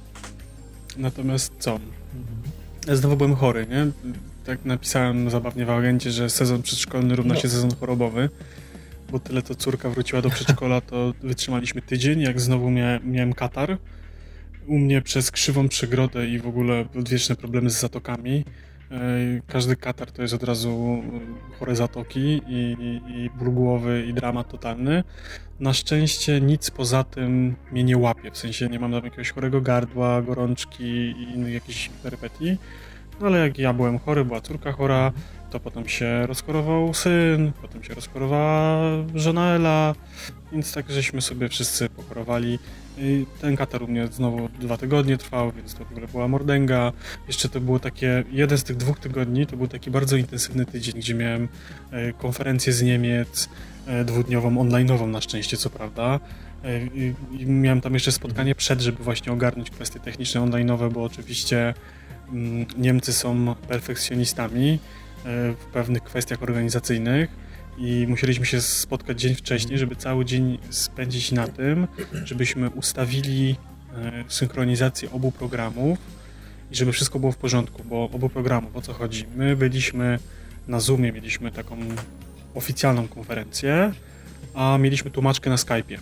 Natomiast co? Mhm. Znowu byłem chory, nie? Tak napisałem zabawnie w agencie, że sezon przedszkolny równa No. się sezon chorobowy, bo tyle to córka wróciła do przedszkola, to wytrzymaliśmy tydzień, jak znowu mia- miałem katar. U mnie przez krzywą przegrodę i w ogóle odwieczne problemy z zatokami. Każdy katar to jest od razu chore zatoki i, i, i ból głowy i dramat totalny. Na szczęście nic poza tym mnie nie łapie, w sensie nie mam tam jakiegoś chorego gardła, gorączki i innych jakichś perypetii. No ale jak ja byłem chory, była córka chora, to potem się rozchorował syn, potem się rozchorowała żona Ela, więc tak żeśmy sobie wszyscy pochorowali. I ten katar u mnie znowu dwa tygodnie trwał, więc to w ogóle była mordęga. Jeszcze to było takie, jeden z tych dwóch tygodni to był taki bardzo intensywny tydzień, gdzie miałem konferencję z Niemiec, dwudniową, online'ową na szczęście, co prawda. I, i miałem tam jeszcze spotkanie przed, żeby właśnie ogarnąć kwestie techniczne, online'owe, bo oczywiście mm, Niemcy są perfekcjonistami w pewnych kwestiach organizacyjnych i musieliśmy się spotkać dzień wcześniej, żeby cały dzień spędzić na tym, żebyśmy ustawili synchronizację obu programów i żeby wszystko było w porządku, bo obu programów, o co chodzi? My byliśmy na Zoomie, mieliśmy taką oficjalną konferencję, a mieliśmy tłumaczkę na Skype'ie.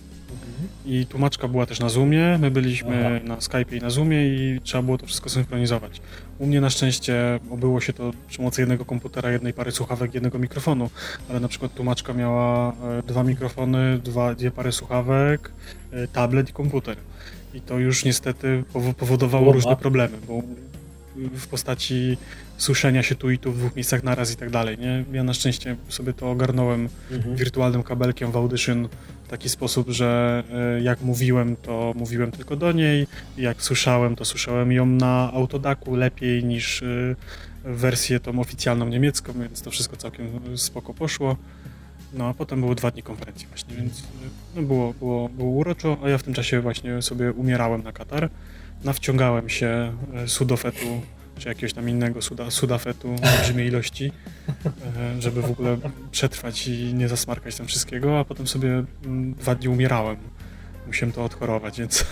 I tłumaczka była też na Zoomie, my byliśmy Aha. na Skype'ie i na Zoomie i trzeba było to wszystko synchronizować. U mnie na szczęście obyło się to przy pomocy jednego komputera, jednej pary słuchawek, jednego mikrofonu, ale na przykład tłumaczka miała dwa mikrofony, dwa, dwie pary słuchawek, tablet i komputer. I to już niestety powodowało Aha. różne problemy, bo w postaci słyszenia się tu i tu w dwóch miejscach naraz i tak dalej, nie? Ja na szczęście sobie to ogarnąłem mhm. wirtualnym kabelkiem w Audition w taki sposób, że jak mówiłem, to mówiłem tylko do niej, jak słyszałem, to słyszałem ją na autodaku lepiej niż wersję tą oficjalną niemiecką, więc to wszystko całkiem spoko poszło. No a potem były dwa dni konferencji właśnie, więc no, było, było, było uroczo, a ja w tym czasie właśnie sobie umierałem na katar. Nawciągałem się sudofetu, czy jakiegoś tam innego suda, sudafetu w olbrzymiej ilości, żeby w ogóle przetrwać i nie zasmarkać tam wszystkiego, a potem sobie dwa dni umierałem. Musiałem to odchorować, więc...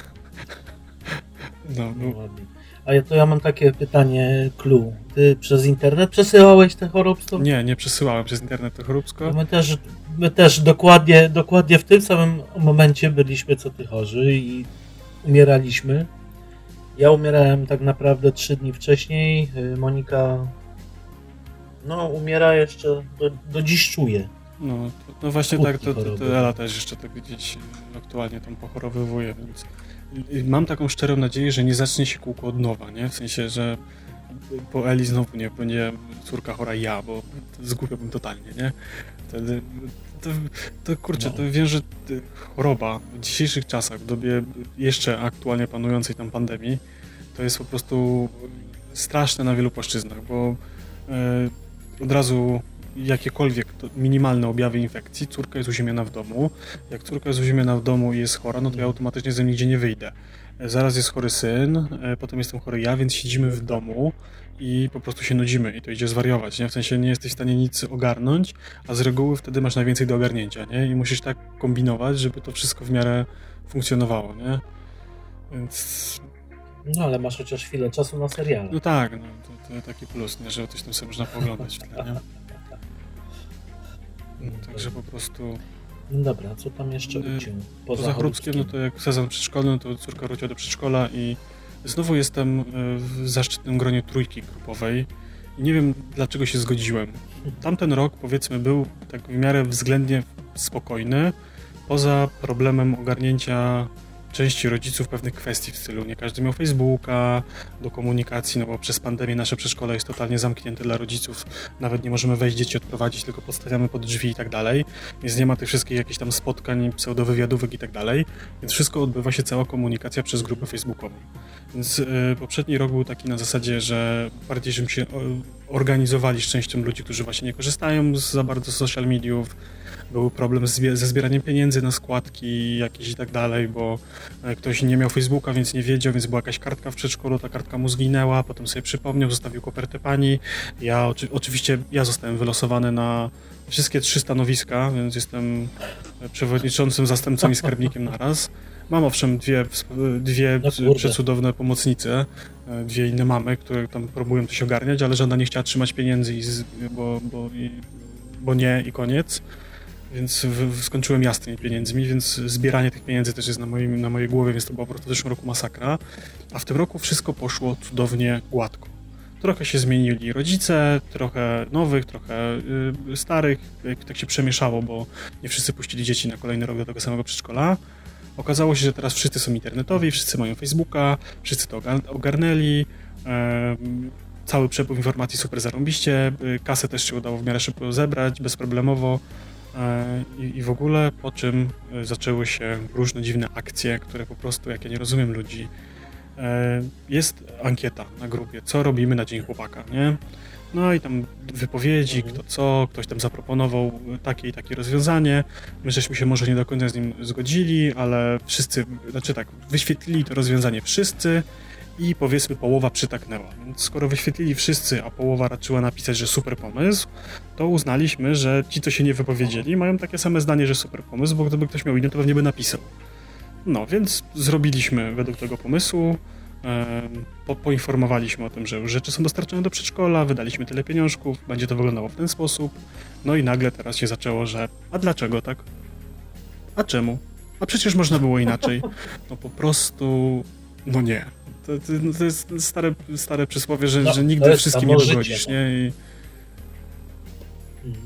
No, no. A ja to ja mam takie pytanie, clue. Ty przez internet przesyłałeś te choróbsko? Nie, nie przesyłałem przez internet te choróbsko. My też, my też dokładnie, dokładnie w tym samym momencie byliśmy co ty chorzy i umieraliśmy. Ja umierałem tak naprawdę trzy dni wcześniej. Monika no umiera jeszcze, do, do dziś czuje. No, to, no właśnie tak, to, to, to Ela też jeszcze tak gdzieś aktualnie tam pochorowywuje, więc mam taką szczerą nadzieję, że nie zacznie się kółko od nowa, nie? W sensie, że po Eli znowu nie będzie córka chora ja, bo zgubiłbym totalnie, nie? Wtedy to, to kurczę, No. to wiem, że choroba w dzisiejszych czasach, w dobie jeszcze aktualnie panującej tam pandemii, to jest po prostu straszne na wielu płaszczyznach, bo e, od razu jakiekolwiek to minimalne objawy infekcji, córka jest uziemiona w domu. Jak córka jest uziemiona w domu i jest chora, no to ja automatycznie z nią nigdzie nie wyjdę. E, Zaraz jest chory syn, e, potem jestem chory ja, więc siedzimy w domu i po prostu się nudzimy i to idzie zwariować, nie? W sensie nie jesteś w stanie nic ogarnąć, a z reguły wtedy masz najwięcej do ogarnięcia, nie? I musisz tak kombinować, żeby to wszystko w miarę funkcjonowało, nie? Więc No ale masz chociaż chwilę czasu na seriale. no tak, no, to, to taki plus, nie? Że coś tam sobie można pooglądać w tle, nie? No, także po prostu No dobra, co tam jeszcze Y, u Ciebie? poza Chrupskiem, no to jak sezon przedszkolny, no to córka wróciła do przedszkola i znowu jestem y, w zaszczytnym gronie trójki grupowej i nie wiem, dlaczego się zgodziłem. Tamten rok, powiedzmy, był tak w miarę względnie spokojny, poza problemem ogarnięcia części rodziców pewnych kwestii w stylu nie każdy miał Facebooka do komunikacji, no bo przez pandemię nasze przedszkole jest totalnie zamknięte dla rodziców, nawet nie możemy wejść dzieci odprowadzić, tylko podstawiamy pod drzwi i tak dalej, więc nie ma tych wszystkich jakichś tam spotkań, pseudowywiadówek i tak dalej, więc wszystko odbywa się cała komunikacja przez grupę facebookową. Więc y, poprzedni rok był taki na zasadzie, że bardziej żeśmy się o, organizowali z częścią ludzi, którzy właśnie nie korzystają z, za bardzo z social mediów. Był problem zbie- ze zbieraniem pieniędzy na składki jakieś i tak dalej, bo e, ktoś nie miał Facebooka, więc nie wiedział, więc była jakaś kartka w przedszkolu, ta kartka mu zginęła, potem sobie przypomniał, zostawił kopertę pani. Ja oczy- oczywiście ja zostałem wylosowany na wszystkie trzy stanowiska, więc jestem przewodniczącym, zastępcą i skarbnikiem naraz. Mam owszem dwie, wsp- dwie No kurde. przecudowne pomocnice, e, dwie inne mamy, które tam próbują coś ogarniać, ale żadna nie chciała trzymać pieniędzy, i z, bo, bo, i, bo nie i koniec. Więc w, w, skończyłem ja z tymi pieniędzmi, więc zbieranie tych pieniędzy też jest na, moim, na mojej głowie, więc to była po prostu w zeszłym roku masakra. A w tym roku wszystko poszło cudownie gładko. Trochę się zmienili rodzice, trochę nowych, trochę y, starych, jak tak się przemieszało, bo nie wszyscy puścili dzieci na kolejny rok do tego samego przedszkola. Okazało się, że teraz wszyscy są internetowi, wszyscy mają Facebooka, wszyscy to ogar- ogarnęli. em, Cały przepływ informacji super zarąbiście, y, kasę też się udało w miarę szybko zebrać, bezproblemowo. I, I w ogóle po czym zaczęły się różne dziwne akcje, które po prostu, jak ja nie rozumiem ludzi, jest ankieta na grupie, co robimy na Dzień Chłopaka, nie? No i tam wypowiedzi, kto co, ktoś tam zaproponował takie i takie rozwiązanie. My żeśmy się może nie do końca z nim zgodzili, ale wszyscy, znaczy tak, wyświetlili to rozwiązanie wszyscy i powiedzmy połowa przytaknęła. Więc skoro wyświetlili wszyscy, a połowa raczyła napisać, że super pomysł, to uznaliśmy, że ci, co się nie wypowiedzieli, mają takie same zdanie, że super pomysł, bo gdyby ktoś miał inny, to pewnie by napisał. No, więc zrobiliśmy według tego pomysłu, e, po, poinformowaliśmy o tym, że już rzeczy są dostarczone do przedszkola, wydaliśmy tyle pieniążków, będzie to wyglądało w ten sposób, no i nagle teraz się zaczęło, że a dlaczego tak? A czemu? A przecież można było inaczej. No po prostu, no nie. To, to, to jest stare, stare przysłowie, że, No, że to nigdy jest wszystkim nie samo życie, dogodzisz, no. nie? I, Mhm.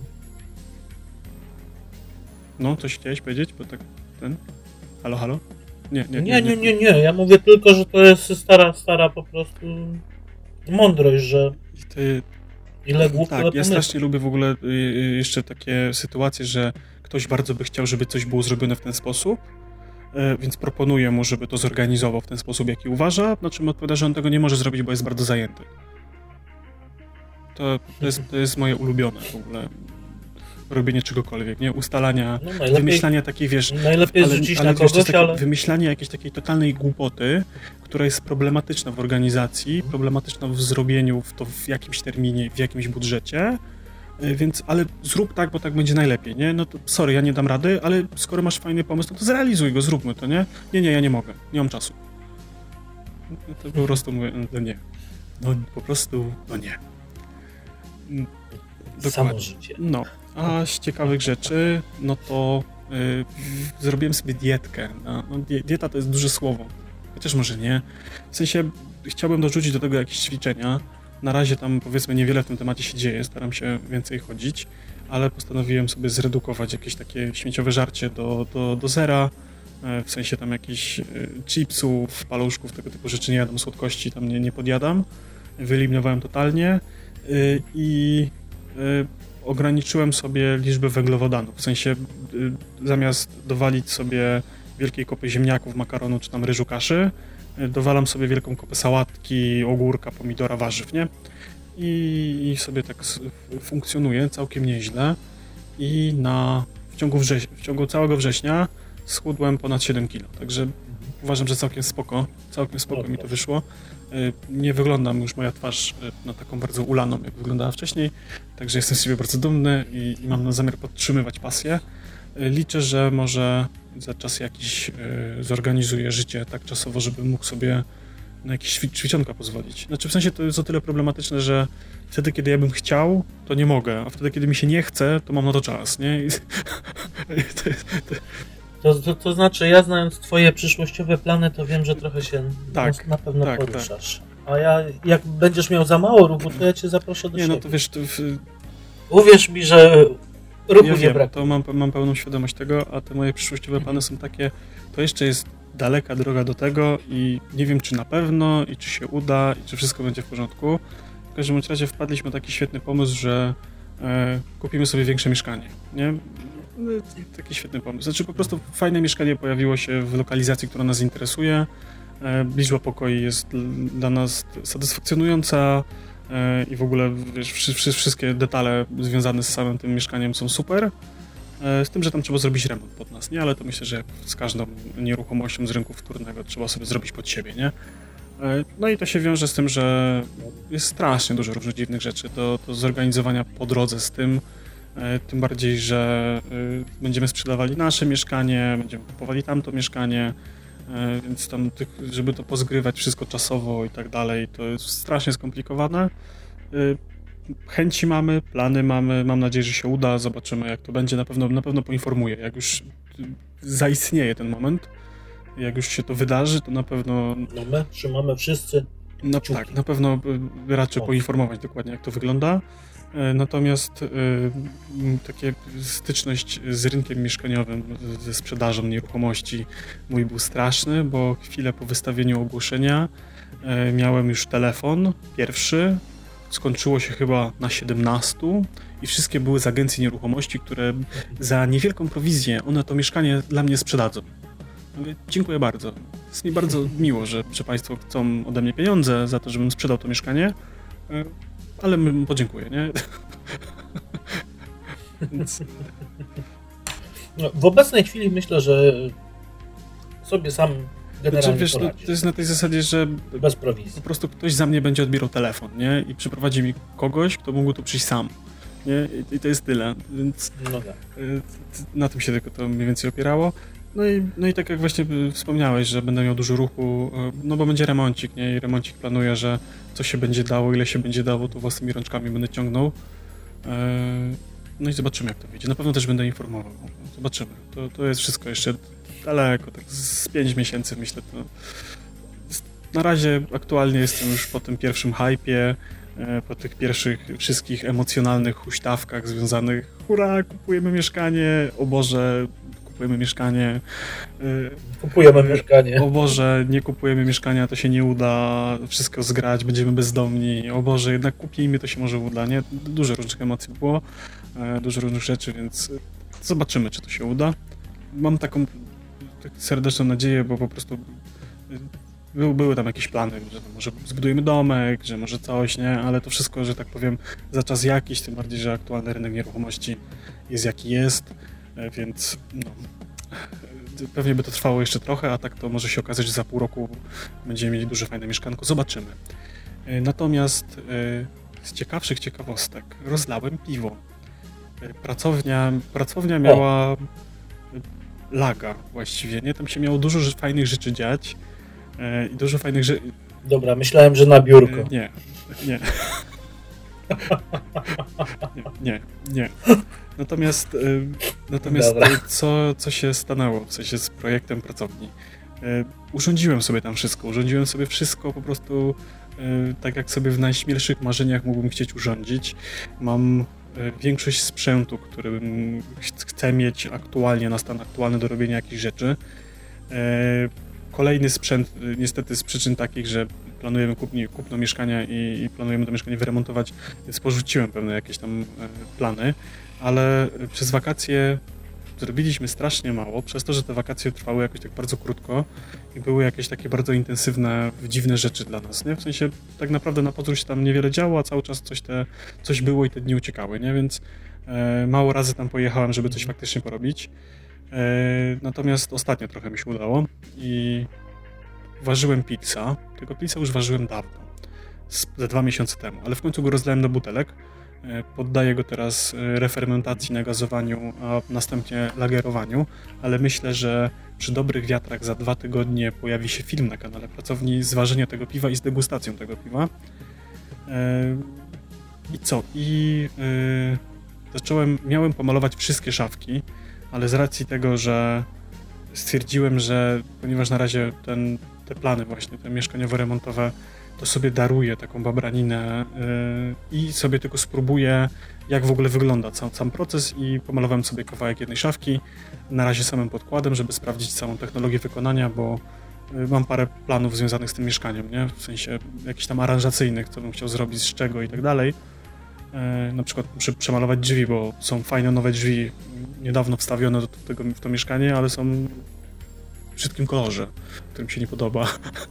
no, coś chciałeś powiedzieć? Bo tak ten... Halo, halo? Nie, nie, Nie, nie, nie, nie. Ja mówię tylko, że to jest stara, stara po prostu mądrość, że Ty, ile głów, tyle tak, ja pomysłów. strasznie lubię w ogóle y, y, jeszcze takie sytuacje, że ktoś bardzo by chciał, żeby coś było zrobione w ten sposób, y, więc proponuję mu, żeby to zorganizował w ten sposób, jaki uważa, na czym odpowiada, że on tego nie może zrobić, bo jest bardzo zajęty. To, to, jest, to jest moje ulubione w ogóle. Robienie czegokolwiek, nie? Ustalania, No, najlepiej, wymyślania takich, wiesz, najlepiej ale, zrzucić ale na wiesz, to jest kogoś, takie ale... wymyślanie jakiejś takiej totalnej głupoty, która jest problematyczna w organizacji, problematyczna w zrobieniu w to w jakimś terminie, w jakimś budżecie, y, więc, ale zrób tak, bo tak będzie najlepiej, nie? No to sorry, ja nie dam rady, ale skoro masz fajny pomysł, no to zrealizuj go, zróbmy to, nie? Nie, nie, ja nie mogę, nie mam czasu. No to po prostu mówię, no nie. No po prostu, no nie. Mm, Samo życie. No, a z ciekawych rzeczy, no to y, zrobiłem sobie dietkę. No, no, die- dieta to jest duże słowo, chociaż może nie. W sensie chciałbym dorzucić do tego jakieś ćwiczenia. Na razie tam powiedzmy niewiele w tym temacie się dzieje, staram się więcej chodzić, ale postanowiłem sobie zredukować jakieś takie śmieciowe żarcie do, do, do zera. y, W sensie tam jakichś y, chipsów, paluszków, tego typu rzeczy nie jadam, słodkości tam nie, nie podjadam. wyeliminowałem totalnie y, i y, ograniczyłem sobie liczbę węglowodanów. W sensie y, zamiast dowalić sobie wielkiej kopy ziemniaków, makaronu czy tam ryżu kaszy, y, dowalam sobie wielką kopę sałatki, ogórka, pomidora, warzyw, nie? I, i sobie tak s- funkcjonuje całkiem nieźle i na, w, ciągu wrześ- w ciągu całego września schudłem ponad siedem kilo, także uważam, że całkiem spoko, całkiem spoko mi to wyszło. Y, Nie wyglądam już moja twarz y, na taką bardzo ulaną, jak wyglądała wcześniej, także jestem z siebie bardzo dumny i, i mam na zamiar podtrzymywać pasję. Y, Liczę, że może za czas jakiś y, zorganizuję życie tak czasowo, żebym mógł sobie na jakieś ćwi- ćwiczonka pozwolić. Znaczy w sensie to jest o tyle problematyczne, że wtedy, kiedy ja bym chciał, to nie mogę, a wtedy, kiedy mi się nie chce, to mam na to czas, nie? I to jest, to, To, to, to znaczy, ja znając twoje przyszłościowe plany, to wiem, że trochę się Tak, na pewno tak, poruszasz. A ja, jak będziesz miał za mało ruchu, to ja cię zaproszę do nie, siebie. no to wiesz, to w, Uwierz mi, że ruchu ja nie wiem, brakuje. to mam, mam pełną świadomość tego, a te moje przyszłościowe plany są takie, to jeszcze jest daleka droga do tego i nie wiem, czy na pewno, i czy się uda, i czy wszystko będzie w porządku. W każdym bądź razie wpadliśmy na taki świetny pomysł, że e, kupimy sobie większe mieszkanie, nie? No, taki świetny pomysł. Znaczy po prostu fajne mieszkanie pojawiło się w lokalizacji, która nas interesuje. E, liczba pokoi jest l- dla nas satysfakcjonująca e, i w ogóle wiesz, wszy, wszy, wszystkie detale związane z samym tym mieszkaniem są super. E, z tym, że tam trzeba zrobić remont pod nas, nie? Ale to myślę, że jak z każdą nieruchomością z rynku wtórnego trzeba sobie zrobić pod siebie, nie? E, no i to się wiąże z tym, że jest strasznie dużo różnych dziwnych rzeczy do, do zorganizowania po drodze z tym. E, Tym bardziej, że y, będziemy sprzedawali nasze mieszkanie, będziemy kupowali tamto mieszkanie, e, więc tam, tych, żeby to pozgrywać wszystko czasowo i tak dalej, to jest strasznie skomplikowane. Y, Chęci mamy, plany mamy, mam nadzieję, że się uda, zobaczymy jak to będzie, na pewno, na pewno poinformuję, jak już y, zaistnieje ten moment, jak już się to wydarzy, to na pewno No my trzymamy wszyscy. no Kciuki. tak, na pewno y, raczej O. poinformować dokładnie, jak to wygląda. E, Natomiast y, m, takie styczność z rynkiem mieszkaniowym, z- ze sprzedażą nieruchomości mój był straszny, bo chwilę po wystawieniu ogłoszenia e, miałem już telefon pierwszy, skończyło się chyba na siedemnastu i wszystkie były z agencji nieruchomości, które za niewielką prowizję one to mieszkanie dla mnie sprzedadzą. Mówię, dziękuję bardzo. Jest mi bardzo miło, że, że Państwo chcą ode mnie pieniądze za to, żebym sprzedał to mieszkanie, e, ale m- podziękuję, nie? Więc, No, w obecnej chwili myślę, że sobie sam generalnie znaczy, wiesz, no, poradzisz. to jest na tej zasadzie, że Bez po prowizji. prostu ktoś za mnie będzie odbierał telefon, nie? I przyprowadzi mi kogoś, kto mógł tu przyjść sam, nie? I, i to jest tyle, więc No tak. y, t- na tym się tylko to mniej więcej opierało. No i, no i tak jak właśnie y, wspomniałeś, że będę miał dużo ruchu, y, no bo będzie remoncik, nie? I remoncik planuję, że co się będzie dało, ile się będzie dało, to własnymi rączkami będę ciągnął. Y, No i zobaczymy, jak to wyjdzie. Na pewno też będę informował. Zobaczymy. To, to jest wszystko jeszcze daleko, tak z pięć miesięcy myślę. To jest, na razie aktualnie jestem już po tym pierwszym hypie, e, po tych pierwszych wszystkich emocjonalnych huśtawkach związanych hurra, kupujemy mieszkanie, o Boże, kupujemy mieszkanie, e, Kupujemy mieszkanie. o Boże, nie kupujemy mieszkania, to się nie uda, wszystko zgrać, będziemy bezdomni, o Boże, jednak kupimy, to się może uda, nie? Dużo różnych emocji było, e, dużo różnych rzeczy, więc zobaczymy, czy to się uda. Mam taką tak serdeczną nadzieję, bo po prostu by, były tam jakieś plany, że może zbudujemy domek, że może coś, nie? Ale to wszystko, że tak powiem, za czas jakiś, tym bardziej, że aktualny rynek nieruchomości jest jaki jest, e, więc no, pewnie by to trwało jeszcze trochę, a tak to może się okazać, że za pół roku będziemy mieli duże, fajne mieszkanko. Zobaczymy. E, Natomiast e, z ciekawszych ciekawostek rozlałem piwo. E, Pracownia, pracownia miała laga właściwie, nie? Tam się miało dużo rze- fajnych rzeczy dziać e, i dużo fajnych rzeczy... Dobra, myślałem, że na biurko. Nie, nie. Nie, nie, nie. Natomiast, y, natomiast Dobra. y, co, co się stanęło, w sensie z projektem pracowni? Y, Urządziłem sobie tam wszystko, urządziłem sobie wszystko po prostu y, tak, jak sobie w najśmielszych marzeniach mógłbym chcieć urządzić. Mam y, większość sprzętu, który bym ch- chcę mieć aktualnie, na stan aktualny do robienia jakichś rzeczy. Y, Kolejny sprzęt, y, niestety z przyczyn takich, że planujemy kupni, kupno mieszkania i, i planujemy to mieszkanie wyremontować, więc porzuciłem pewne jakieś tam plany, ale przez wakacje zrobiliśmy strasznie mało, przez to, że te wakacje trwały jakoś tak bardzo krótko i były jakieś takie bardzo intensywne, dziwne rzeczy dla nas, nie? W sensie tak naprawdę na pozór się tam niewiele działo, a cały czas coś, te, coś było i te dni uciekały, nie? Więc e, mało razy tam pojechałem, żeby coś faktycznie porobić. E, natomiast ostatnio trochę mi się udało i ważyłem pilsa. Tego pilsa już ważyłem dawno, z, ze dwa miesiące temu, ale w końcu go rozlałem do butelek. Poddaję go teraz refermentacji, nagazowaniu, a następnie lagerowaniu, ale myślę, że przy dobrych wiatrach za dwa tygodnie pojawi się film na kanale Pracowni z ważenia tego piwa i z degustacją tego piwa. I co? I zacząłem, miałem pomalować wszystkie szafki, ale z racji tego, że stwierdziłem, że ponieważ na razie ten, te plany właśnie, te mieszkaniowo-remontowe, to sobie daruję taką babraninę yy, i sobie tylko spróbuję, jak w ogóle wygląda sam, sam proces i pomalowałem sobie kawałek jednej szafki, na razie samym podkładem, żeby sprawdzić całą technologię wykonania, bo yy, mam parę planów związanych z tym mieszkaniem, nie? W sensie jakichś tam aranżacyjnych, co bym chciał zrobić, z czego i tak dalej. Yy, na przykład muszę przemalować drzwi, bo są fajne nowe drzwi, niedawno wstawione do tego, w to mieszkanie, ale są w brzydkim kolorze, który mi się nie podoba.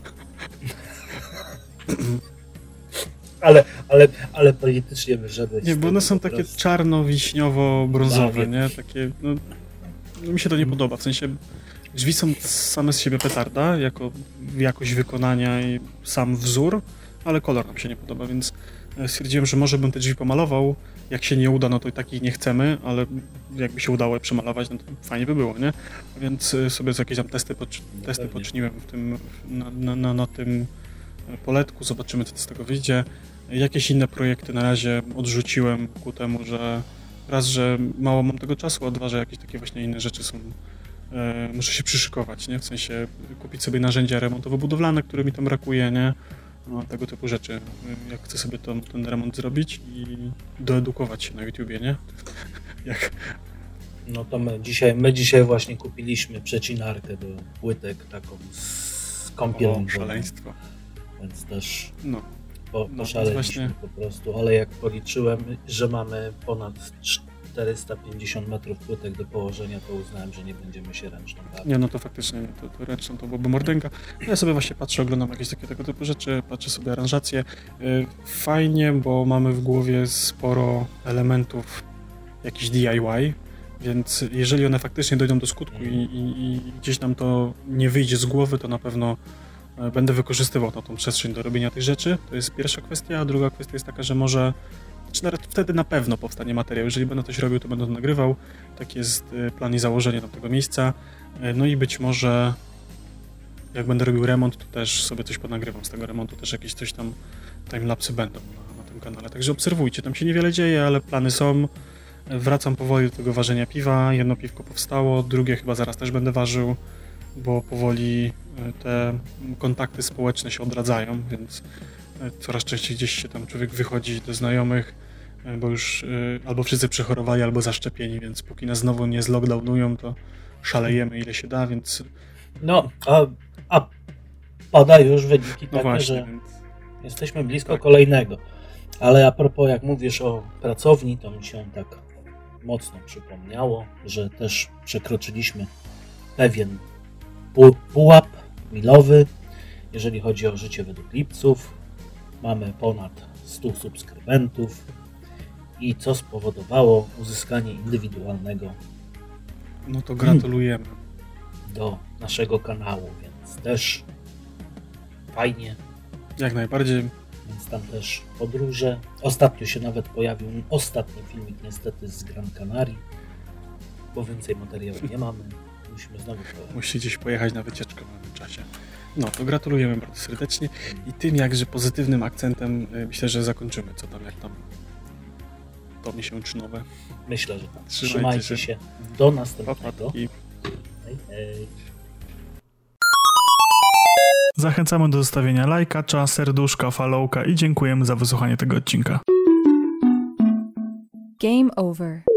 Ale, ale, ale politycznie wyszedłeś. Nie, bo one są takie czarno-wiśniowo-brązowe, nie? Takie, no, mi się to nie podoba, w sensie drzwi są same z siebie petarda, jako jakość wykonania i sam wzór, ale kolor nam się nie podoba, więc stwierdziłem, że może bym te drzwi pomalował, jak się nie uda, no to i takich nie chcemy, ale jakby się udało je przemalować, no to fajnie by było, nie? Więc sobie jakieś tam testy, testy poczyniłem w tym, na, na, na, na tym poletku, zobaczymy, co z tego wyjdzie. Jakieś inne projekty na razie odrzuciłem ku temu, że raz, że mało mam tego czasu, a dwa, że jakieś takie właśnie inne rzeczy są, e, muszę się przyszykować, nie? W sensie kupić sobie narzędzia remontowo-budowlane, które mi tam brakuje, nie? No, tego typu rzeczy, jak chcę sobie to, ten remont zrobić i doedukować się na YouTubie, nie? Jak... No to my dzisiaj, my dzisiaj właśnie kupiliśmy przecinarkę do płytek, taką z kąpielą. O, szaleństwo. Więc też no. po, no, poszaleliśmy właśnie... po prostu, ale jak policzyłem, że mamy ponad czterysta pięćdziesiąt metrów płytek do położenia, to uznałem, że nie będziemy się ręczną bawić. Nie, no to faktycznie, to, to ręczną to byłoby mordęga. Ja sobie właśnie patrzę, oglądam jakieś takie tego typu rzeczy, patrzę sobie aranżacje. Fajnie, bo mamy w głowie sporo elementów jakiś D I Y, więc jeżeli one faktycznie dojdą do skutku i, i, i gdzieś nam to nie wyjdzie z głowy, to na pewno będę wykorzystywał na tą przestrzeń do robienia tych rzeczy. To jest pierwsza kwestia, a druga kwestia jest taka, że może, czy nawet wtedy na pewno powstanie materiał. Jeżeli będę coś robił, to będę to nagrywał. Tak jest plan i założenie tego miejsca. No i być może jak będę robił remont, to też sobie coś ponagrywam z tego remontu, też jakieś coś tam timelapsy będą na, na tym kanale. Także obserwujcie, tam się niewiele dzieje, ale plany są. Wracam powoli do tego ważenia piwa. Jedno piwko powstało, drugie chyba zaraz też będę ważył, bo powoli te kontakty społeczne się odradzają, więc coraz częściej gdzieś się tam człowiek wychodzi do znajomych, bo już albo wszyscy przechorowali, albo zaszczepieni, więc póki nas znowu nie zlockdownują, to szalejemy ile się da, więc... No, a, a pada już wyniki no takie, właśnie, że więc... jesteśmy blisko tak. kolejnego. Ale a propos, jak mówisz o pracowni, to mi się tak mocno przypomniało, że też przekroczyliśmy pewien pu- pułap milowy, jeżeli chodzi o życie według lipców. Mamy ponad stu subskrybentów i co spowodowało uzyskanie indywidualnego No to gratulujemy. do naszego kanału, więc też fajnie. Jak najbardziej. Więc tam też podróże. Ostatnio się nawet pojawił ostatni filmik niestety z Gran Canaria, bo więcej materiałów nie mamy. Musimy znowu pojechać. Musicie gdzieś pojechać na wycieczkę w nowym czasie. No to gratulujemy bardzo serdecznie i tym jakże pozytywnym akcentem myślę, że zakończymy. Co tam, jak tam to miesiącznowe. Myślę, że tak. Trzymajcie Trzymajcie się. się. Do następnego. Papatki. Hej, hej. Zachęcamy do zostawienia lajka, cza, serduszka, followka i dziękujemy za wysłuchanie tego odcinka. Game over.